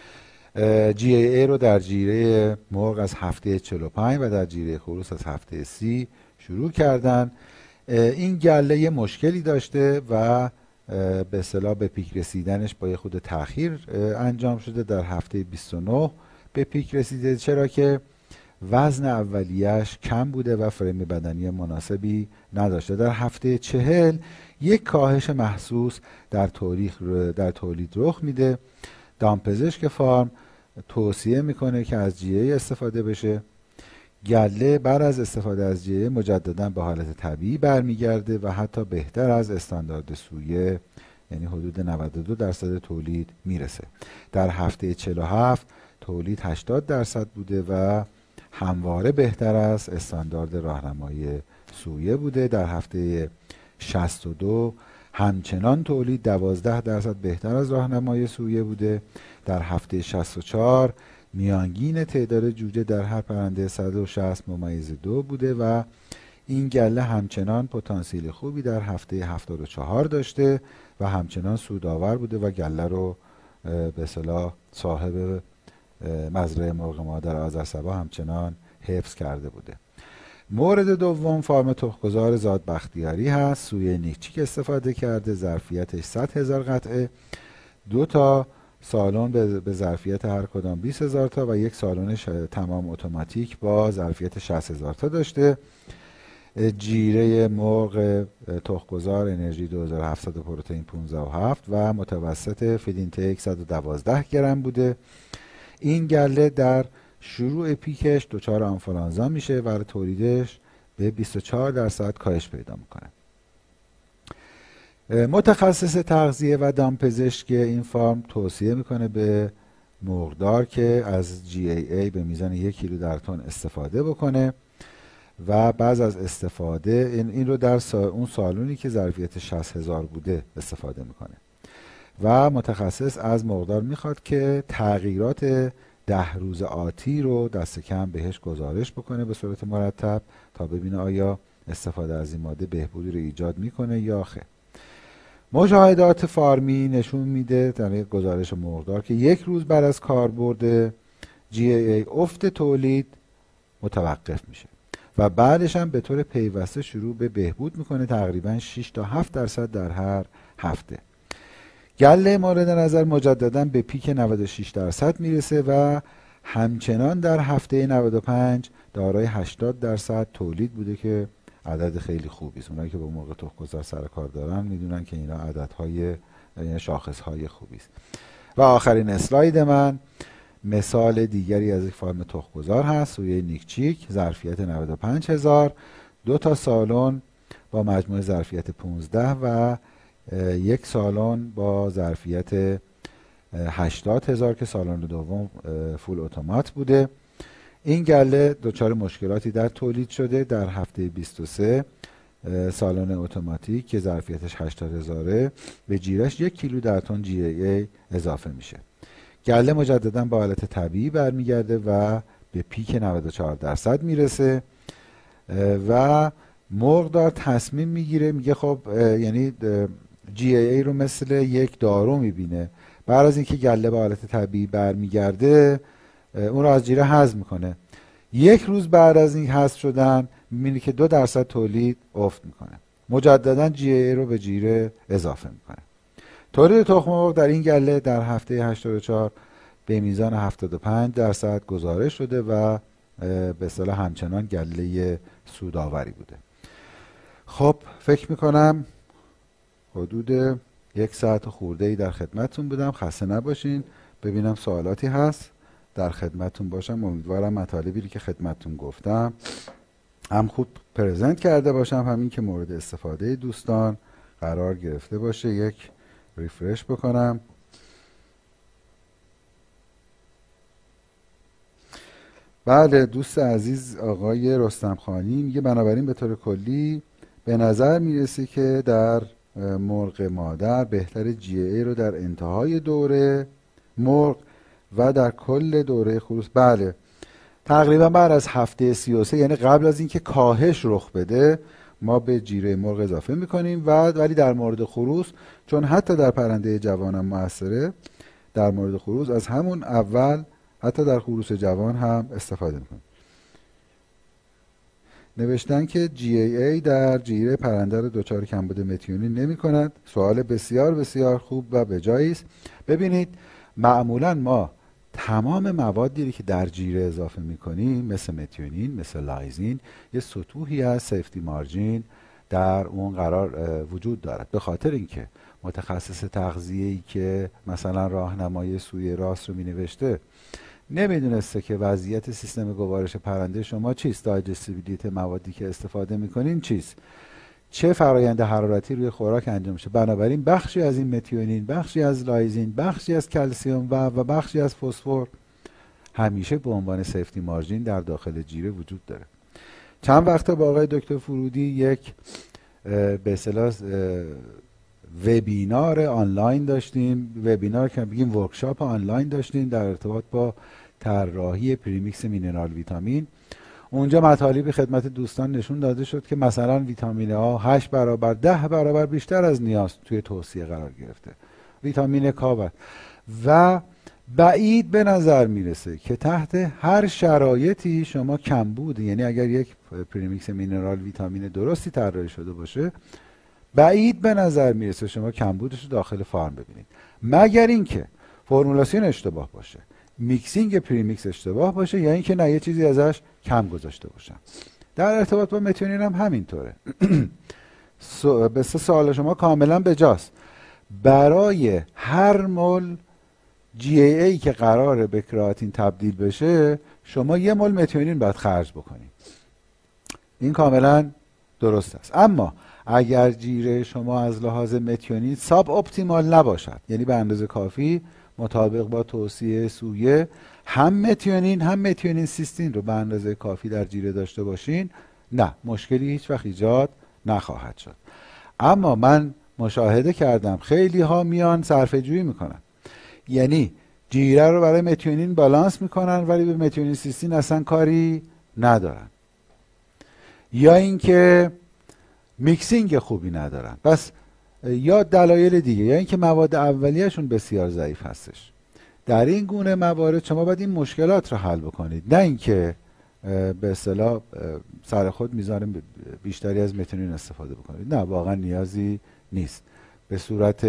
GAA رو در جیره مرغ از هفته 45 و در جیره خروس از هفته 30 شروع کردن. این گله یه مشکلی داشته و به اصطلاح به پیک رسیدنش با یه خود تأخیر انجام شده. در هفته 29 به پیک رسیده، چرا که وزن اولیش کم بوده و فریم بدنی مناسبی نداشته. در هفته 40 یک کاهش محسوس در تولید رخ میده. دامپزشک فارم توصیه میکنه که از GAA استفاده بشه گله بعد از استفاده از GAA مجددا به حالت طبیعی برمیگرده و حتی بهتر از استاندارد سویه، یعنی حدود 92% تولید میرسه. در هفته 47 تولید 80% بوده و همواره بهتر از استاندارد راهنمای سویه بوده. در هفته 62 همچنان تولید 12% بهتر از راهنمای سویه بوده. در هفته 64 میانگین تعداد جوجه در هر پرنده 160/2 بوده و این گله همچنان پتانسیل خوبی در هفته 74 داشته و همچنان سودآور بوده و گله رو به اصطلاح صاحب مزرعه مرغ مادر آذرسبا همچنان حفظ کرده بوده. مورد دوم فارم تخم‌گذار زاد بختیاری هست. سویه نیکچیک استفاده کرده، ظرفیتش 100,000 قطعه، 2 تا سالن به ظرفیت هر کدام 20,000 تا و یک سالن تمام اتوماتیک با ظرفیت 60,000 تا داشته. جیره مرغ تخم‌گذار انرژی 2700 و پروتئین 15.7 و متوسط فیدین تیک 112 گرم بوده. این گله در شروع پیکش دچار آنفولانزا میشه و تولیدش به 24% کاهش پیدا میکنه. متخصص تغذیه و دامپزشک این فارم توصیه میکنه به مرغدار که از GAA به میزان 1 کیلو در تن استفاده بکنه و بعد از استفاده این رو در اون سالونی که ظرفیت 60,000 بوده استفاده میکنه و متخصص از مرغدار میخواد که تغییرات 10 روز آتی رو دست کم بهش گزارش بکنه به صورت مرتب تا ببینه آیا استفاده از این ماده بهبودی رو ایجاد میکنه یا خیر. مشاهدات فارمی نشون میده در یک گزارش مرغدار که 1 روز بعد از کاربرد GAA افت تولید متوقف میشه و بعدش هم به طور پیوسته شروع به بهبود میکنه، تقریبا 6 تا 7% در هر هفته. گله مورد نظر مجددا به پیک 96% میرسه و همچنان در هفته 95 دارای 80% تولید بوده که عدد خیلی خوبی است. اونایی که با موقع تخم‌گذار سر کار دارن میدونن که اینا عددهای شاخصهای خوبی است. و آخرین اسلاید من مثال دیگری از یک فارم تخم‌گذار هست. سویه نیکچیک ظرفیت 95,000، 2 تا سالن با مجموع ظرفیت 15 و یک سالن با ظرفیت 80,000 که سالن دوم فول اتومات بوده. این گله دچار مشکلاتی در تولید شده. در هفته 23 سالن اتوماتیک که ظرفیتش 80,000 به جیرش 1 کیلو در تن GAA اضافه میشه. گله مجددا به حالت طبیعی برمیگرده و به پیک 94% میرسه و مرغدار تصمیم میگیره، میگه خب یعنی GAA رو مثل یک دارو میبینه. بعد از اینکه گله به حالت طبیعی برمیگرده اون رو از جیره حذف میکنه. 1 روز بعد از این حذف شدن میبینه که 2% تولید افت میکنه. مجددا GAA رو به جیره اضافه میکنه. تولید تخم مرغ در این گله در هفته 84 به میزان 75% گزارش شده و به اصطلاح همچنان گله سودآوری بوده. خب فکر میکنم حدود 1 ساعت خورده‌ای در خدمتتون بودم. خسته نباشین. ببینم سوالاتی هست، در خدمتتون باشم. امیدوارم مطالبی که خدمتتون گفتم هم خوب پرزنت کرده باشم، همین که مورد استفاده دوستان قرار گرفته باشه. یک ریفرش بکنم. بله، دوست عزیز آقای رستمخانی میگه بنابراین به طور کلی به نظر میرسه که در مرغ مادر بهتر GAA رو در انتهای دوره مرغ و در کل دوره خروس، بله تقریبا بعد از هفته 33 یعنی قبل از اینکه کاهش رخ بده ما به جیره مرغ اضافه میکنیم ولی در مورد خروس چون حتی در پرنده جوانم موثره، در مورد خروس از همون اول حتی در خروس جوان هم استفاده میکنیم. نوشتن که GAA در جیره پرنده رو دچار کمبود متیونین نمی کند. سوال بسیار بسیار خوب و بجایی است. ببینید معمولا ما تمام موادی که در جیره اضافه میکنیم مثل متیونین، مثل لایزین، یه سطوحی از سیفتی مارجین در اون قرار وجود دارد، به خاطر اینکه متخصص تغذیه‌ای که مثلا راهنمای سوی راست رو می نوشته نمیدونسته که وضعیت سیستم گوارش پرنده شما چیست، دایجستیبیلیتی موادی که استفاده میکنین چیست، چه فرایند حرارتی روی خوراک انجام میشه. بنابراین بخشی از این متیونین، بخشی از لایزین، بخشی از کلسیم و بخشی از فسفر همیشه به عنوان سیفتی مارجین در داخل جیره وجود داره. چند وقت با آقای دکتر فرودی یک به اصطلاح وبینار آنلاین داشتیم، وبینار که بگیم ورکشاپ آنلاین داشتیم در ارتباط با طراحی پریمیکس مینرال ویتامین. اونجا مطالبی خدمت دوستان نشون داده شد که مثلا ویتامین ها 8 برابر 10 برابر بیشتر از نیاز توی توصیه قرار گرفته، ویتامین کا، و بعید به نظر میرسه که تحت هر شرایطی شما کمبود، یعنی اگر یک پریمیکس مینرال ویتامین درستی طراحی شده باشه، بعید به نظر میرسه شما کمبودش رو داخل فارم ببینید، مگر اینکه فرمولاسیون اشتباه باشه، میکسینگ پریمیکس اشتباه باشه، یا اینکه نه یه چیزی ازش کم گذاشته باشن. در ارتباط با متیونین هم همینطوره. به سوال شما کاملا بجاست. برای هر مول GAA که قراره به کراتین تبدیل بشه شما 1 مول متیونین باید خرج بکنید. این کاملا درست است. اما اگر جیره شما از لحاظ متیونین ساب اپتیمال نباشد، یعنی به اندازه کافی مطابق با توصیه سویه هم متیونین سیستین رو به اندازه کافی در جیره داشته باشین، نه مشکلی هیچ وقت ایجاد نخواهد شد. اما من مشاهده کردم خیلی ها میان صرفه جویی میکنن، یعنی جیره رو برای متیونین بالانس میکنن ولی به متیونین سیستین اصلا کاری ندارن، یا اینکه میکسینگ خوبی ندارن، بس یا دلایل دیگه، یا اینکه مواد اولیه‌شون بسیار ضعیف هستش. در این گونه موارد شما باید این مشکلات رو حل بکنید، نه اینکه به اصطلاح سر خود میزان بیشتری از متیونین استفاده بکنید. نه، واقعا نیازی نیست. به صورت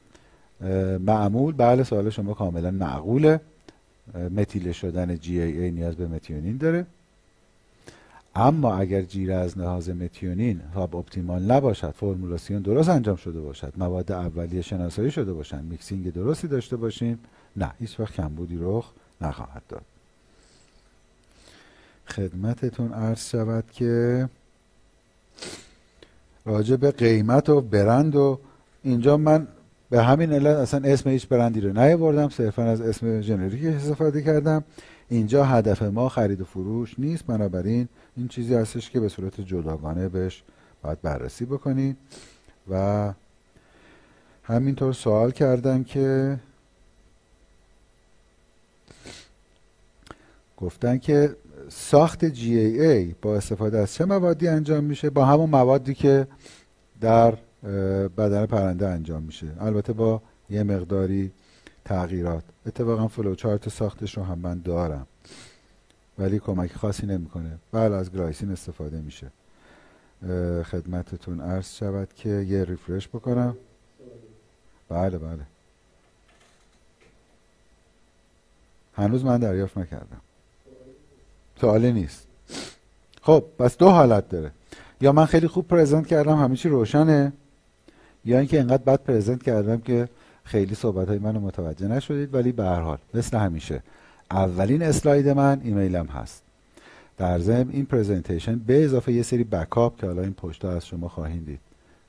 معمول بله، سوال شما کاملا معقوله. متیله شدن GAA نیاز به متیونین داره، اما اگر جیره از لحاظ متیونین ساب اپتیمال نباشد، فرمولاسیون درست انجام شده باشد، مواد اولیه شناسایی شده باشند، میکسینگ درستی داشته باشیم، نه هیچ وقت کمبودی رخ نخواهد داد. خدمتتون عرض شود که راجع به قیمت و برند و اینجا من به همین علت اصلا اسم هیچ برندی رو نیاوردم، صرفا از اسم ژنریک استفاده کردم. اینجا هدف ما خرید و فروش نیست، بنابراین این چیزی هستش که به صورت جداگانه بهش باید بررسی بکنید. و همینطور سوال کردن که گفتن که ساخت GAA با استفاده از چه موادی انجام میشه؟ با همون موادی که در بدن پرنده انجام میشه، البته با یه مقداری تغییرات. اتفاقا فلوچارت ساختش رو هم من دارم ولی کمک خاصی نمیکنه. بله، از گلایسین استفاده میشه. خدمتتون عرض شود که یه ریفرش بکنم. بله هنوز من دریافت نکردم. سوالی نیست. خب پس دو حالت داره، یا من خیلی خوب پرزنت کردم همه چی روشنه، یا اینکه اینقدر بد پرزنت کردم که خیلی صحبت‌های منو متوجه نشدید. ولی به هر حال مثل همیشه اولین اسلاید من ایمیلم هست. در ضمن این پرزنتیشن به اضافه یه سری بکاپ که حالا این پشتا از شما خواهید دید،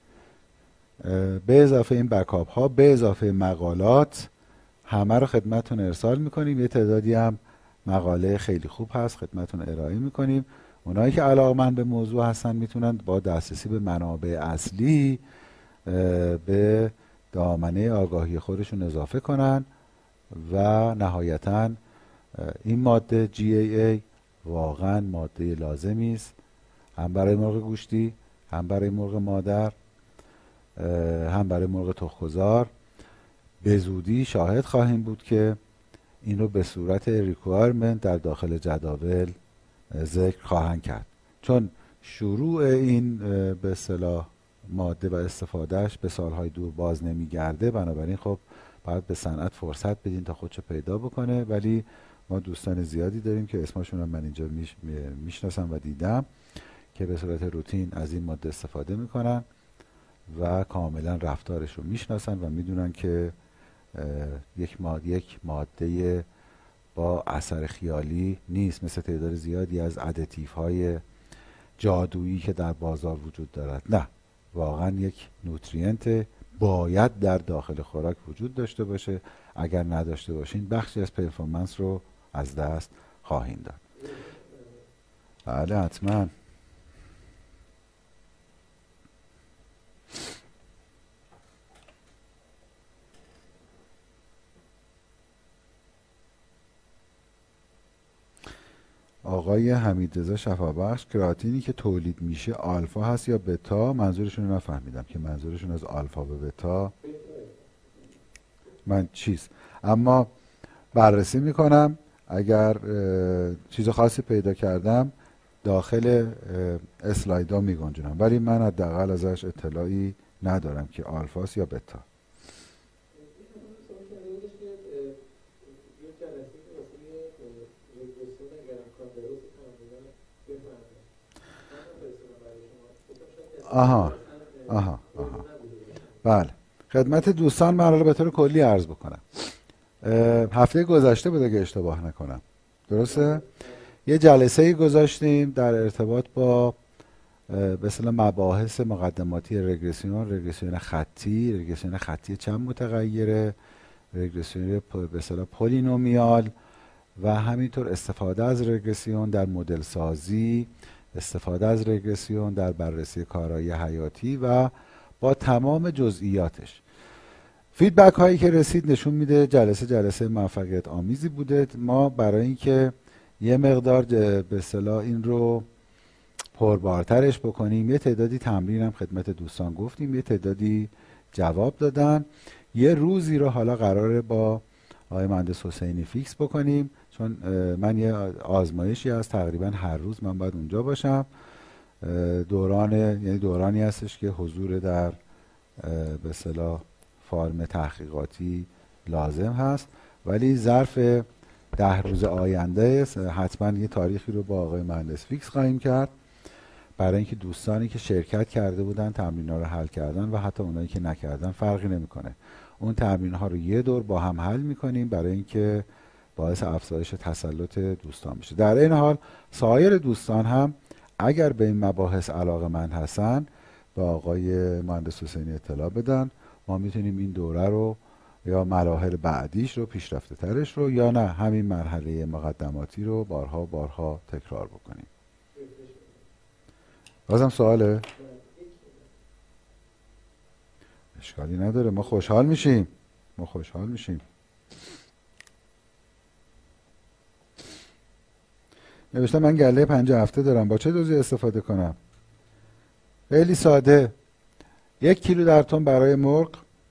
به اضافه این بکاپ ها، به اضافه مقالات، همه رو خدمتتون ارسال میکنیم. یه تعدادی هم مقاله خیلی خوب هست خدمتتون ارائه میکنیم. اونایی که علاقه‌مند به موضوع هستن میتونن با دسترسی به منابع اصلی به دامنه آگاهی خودشون اضافه کنن. و نهایتاً این ماده GAA واقعا ماده لازمی است، هم برای مرغ گوشتی، هم برای مرغ مادر، هم برای مرغ تخم‌گذار. به زودی شاهد خواهیم بود که این رو به صورت ریکوایرمنت در داخل جداول ذکر خواهند کرد، چون شروع این به اصطلاح ماده و استفادهش به سالهای دور باز نمیگرده. بنابراین خب باید به صنعت فرصت بدین تا خودشو پیدا بکنه. ولی ما دوستان زیادی داریم که اسمشون هم من اینجا میشناسم و دیدم که به صورت روتین از این ماده استفاده میکنن و کاملا رفتارش رو میشناسن و میدونن که یک ماده با اثر خیالی نیست، مثل تعداد زیادی از ادیتیف های جادویی که در بازار وجود دارد. نه، واقعا یک نوترینت باید در داخل خوراک وجود داشته باشه. اگر نداشته باشین بخشی از پرفورمنس رو از دست خواهیم داد. بله حتما. آقای حمیدرضا شفابخش، کراتینی که تولید میشه آلفا هست یا بتا؟ منظورشون رو نفهمیدم که منظورشون از آلفا به بتا من چیز، اما بررسی میکنم. اگر چیز خاصی پیدا کردم داخل اسلایدا میگنجونم، ولی من حداقل ازش اطلاعی ندارم که آلفاست یا بتا. آها آها آها بله. خدمت دوستان من رو به طور کلی عرض بکنم. هفته گذشته بود اگه اشتباه نکنم، درسته؟ یه جلسه گذاشتیم در ارتباط با به اصطلاح مباحث مقدماتی رگرسیون خطی چند متغیره، رگرسیون به اصطلاح پولینومیال و همینطور استفاده از رگرسیون در مدل سازی، استفاده از رگرسیون در بررسی کارایی حیاتی و با تمام جزئیاتش. فیدبک هایی که رسید نشون میده جلسه موفقیت آمیزی بوده. ما برای اینکه یه مقدار به اصطلاح این رو پربارترش بکنیم یه تعدادی تمرین هم خدمت دوستان گفتیم، یه تعدادی جواب دادن. یه روزی رو حالا قراره با آقای مهندس حسینی فیکس بکنیم، چون من یه آزمایشی هست تقریبا هر روز من باید اونجا باشم. یعنی دورانی هستش که حضور در به اصطلاح فارم تحقیقاتی لازم هست، ولی ظرف 10 روز آینده حتما یه تاریخی رو با آقای مهندس فیکس خواهیم کرد برای اینکه دوستانی که شرکت کرده بودن تمرین‌ها رو حل کردن و حتی اونایی که نکردن فرقی نمیکنه، اون تمرین‌ها رو یه دور با هم حل میکنیم برای اینکه باعث افزایش تسلط دوستان بشه. در این حال سایر دوستان هم اگر به این مباحث علاقه‌مند هستن با آقای مهندس حسینی اطلاع بدن، ما میتونیم این دوره رو یا مراحل بعدیش رو پیشرفته ترش رو یا نه همین مرحله مقدماتی رو بارها تکرار بکنیم. بازم سواله؟ اشکالی نداره، ما خوشحال میشیم. نوشته من گله 5 هفته دارم، با چه دوزی استفاده کنم؟ خیلی ساده، 1 کیلو در تن برای مرغ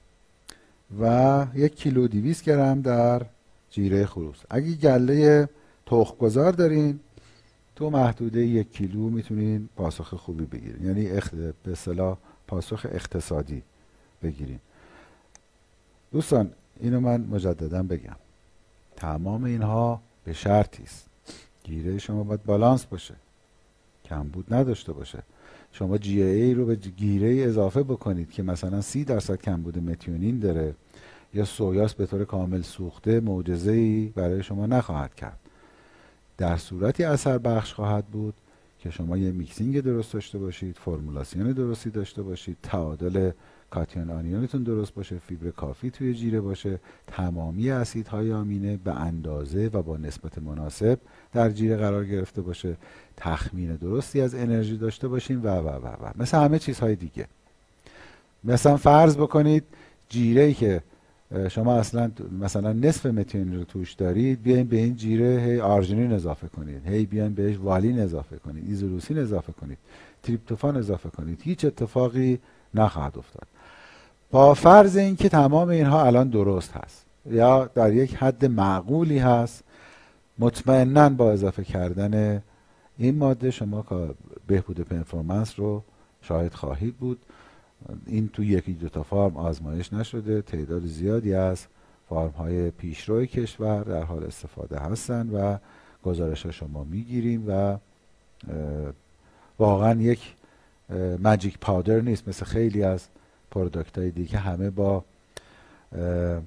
و 1 کیلو 200 گرم در جیره خروس. اگه گله تخم‌گذار دارین تو محدوده 1 کیلو میتونین پاسخ خوبی بگیرین، یعنی به اصطلاح پاسخ اقتصادی بگیرین. دوستان اینو من مجددا بگم، تمام اینها به شرطی است گیره شما باید بالانس باشه، کمبود نداشته باشه. شما جی ای رو به گیره اضافه بکنید که مثلا 30% کمبود متیونین داره یا سویاس به طور کامل سوخته، معجزه‌ای برای شما نخواهد کرد. در صورتی اثر بخش خواهد بود که شما یه میکسینگ درست داشته باشید، فرمولاسیون درستی داشته باشید، تعادل کاتیون آنیونتون درست باشه، فیبر کافی توی جیره باشه، تمامی اسیدهای آمینه به اندازه و با نسبت مناسب در جیره قرار گرفته باشه، تخمین درستی از انرژی داشته باشین و مثل همه چیزهای دیگه. مثلا فرض بکنید جیره‌ای که شما اصلا مثلا نصف متیونین رو توش دارید، بیاین به این جیره هی آرژینین اضافه کنید، هی بیاین بهش والین اضافه کنید، ایزوروسین اضافه کنید، تریپتوفان اضافه کنید، هیچ اتفاقی نخواهد افتاد. با فرض اینکه تمام اینها الان درست هست یا در یک حد معقولی هست، مطمئناً با اضافه کردن این ماده شما بهبود پرفورمنس رو شاهد خواهید بود. این تو 1-2 تا فارم آزمایش نشده، تعداد زیادی از فارم های پیشرو کشور در حال استفاده هستن و گزارش ها شما میگیریم و واقعا یک ماجیک پاودر نیست مثل خیلی از پروداکت های دیگه همه با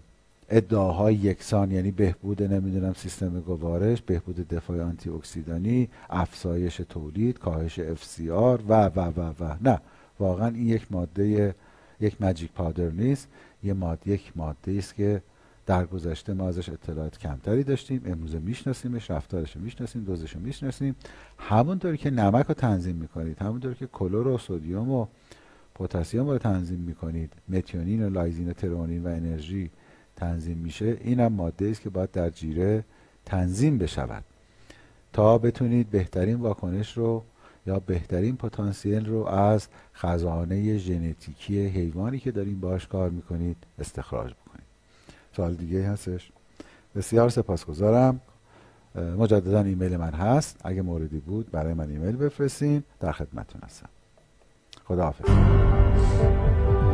ادعاهای یکسان، یعنی بهبود نمیدونم سیستم گوارش، بهبود دفاع آنتی اکسیدانی، افزایش تولید، کاهش FCR و نه، واقعا این یک ماده، یک ماجیک پاودر نیست. یک ماده است که در گذشته ما ازش اطلاعات کمتری داشتیم، امروز میشناسیمش، رفتارش میشناسیم، دوزش میشناسیم. همونطوری که نمک رو تنظیم میکنید، همونطوری که کلور و سدیم و پتاسیم رو تنظیم میکنید، متیونین و لایزین و ترئونین و انرژی تنظیم میشه، اینم ماده است که باید در جیره تنظیم بشود تا بتونید بهترین واکنش رو یا بهترین پتانسیل رو از خزانه ژنتیکی حیوانی که دارین باهاش کار میکنید استخراج بکنید. سوال دیگه هستش؟ بسیار سپاسگزارم. مجددا ایمیل من هست، اگه موردی بود برای من ایمیل بفرستین، در خدمتتون هستم. خداحافظ.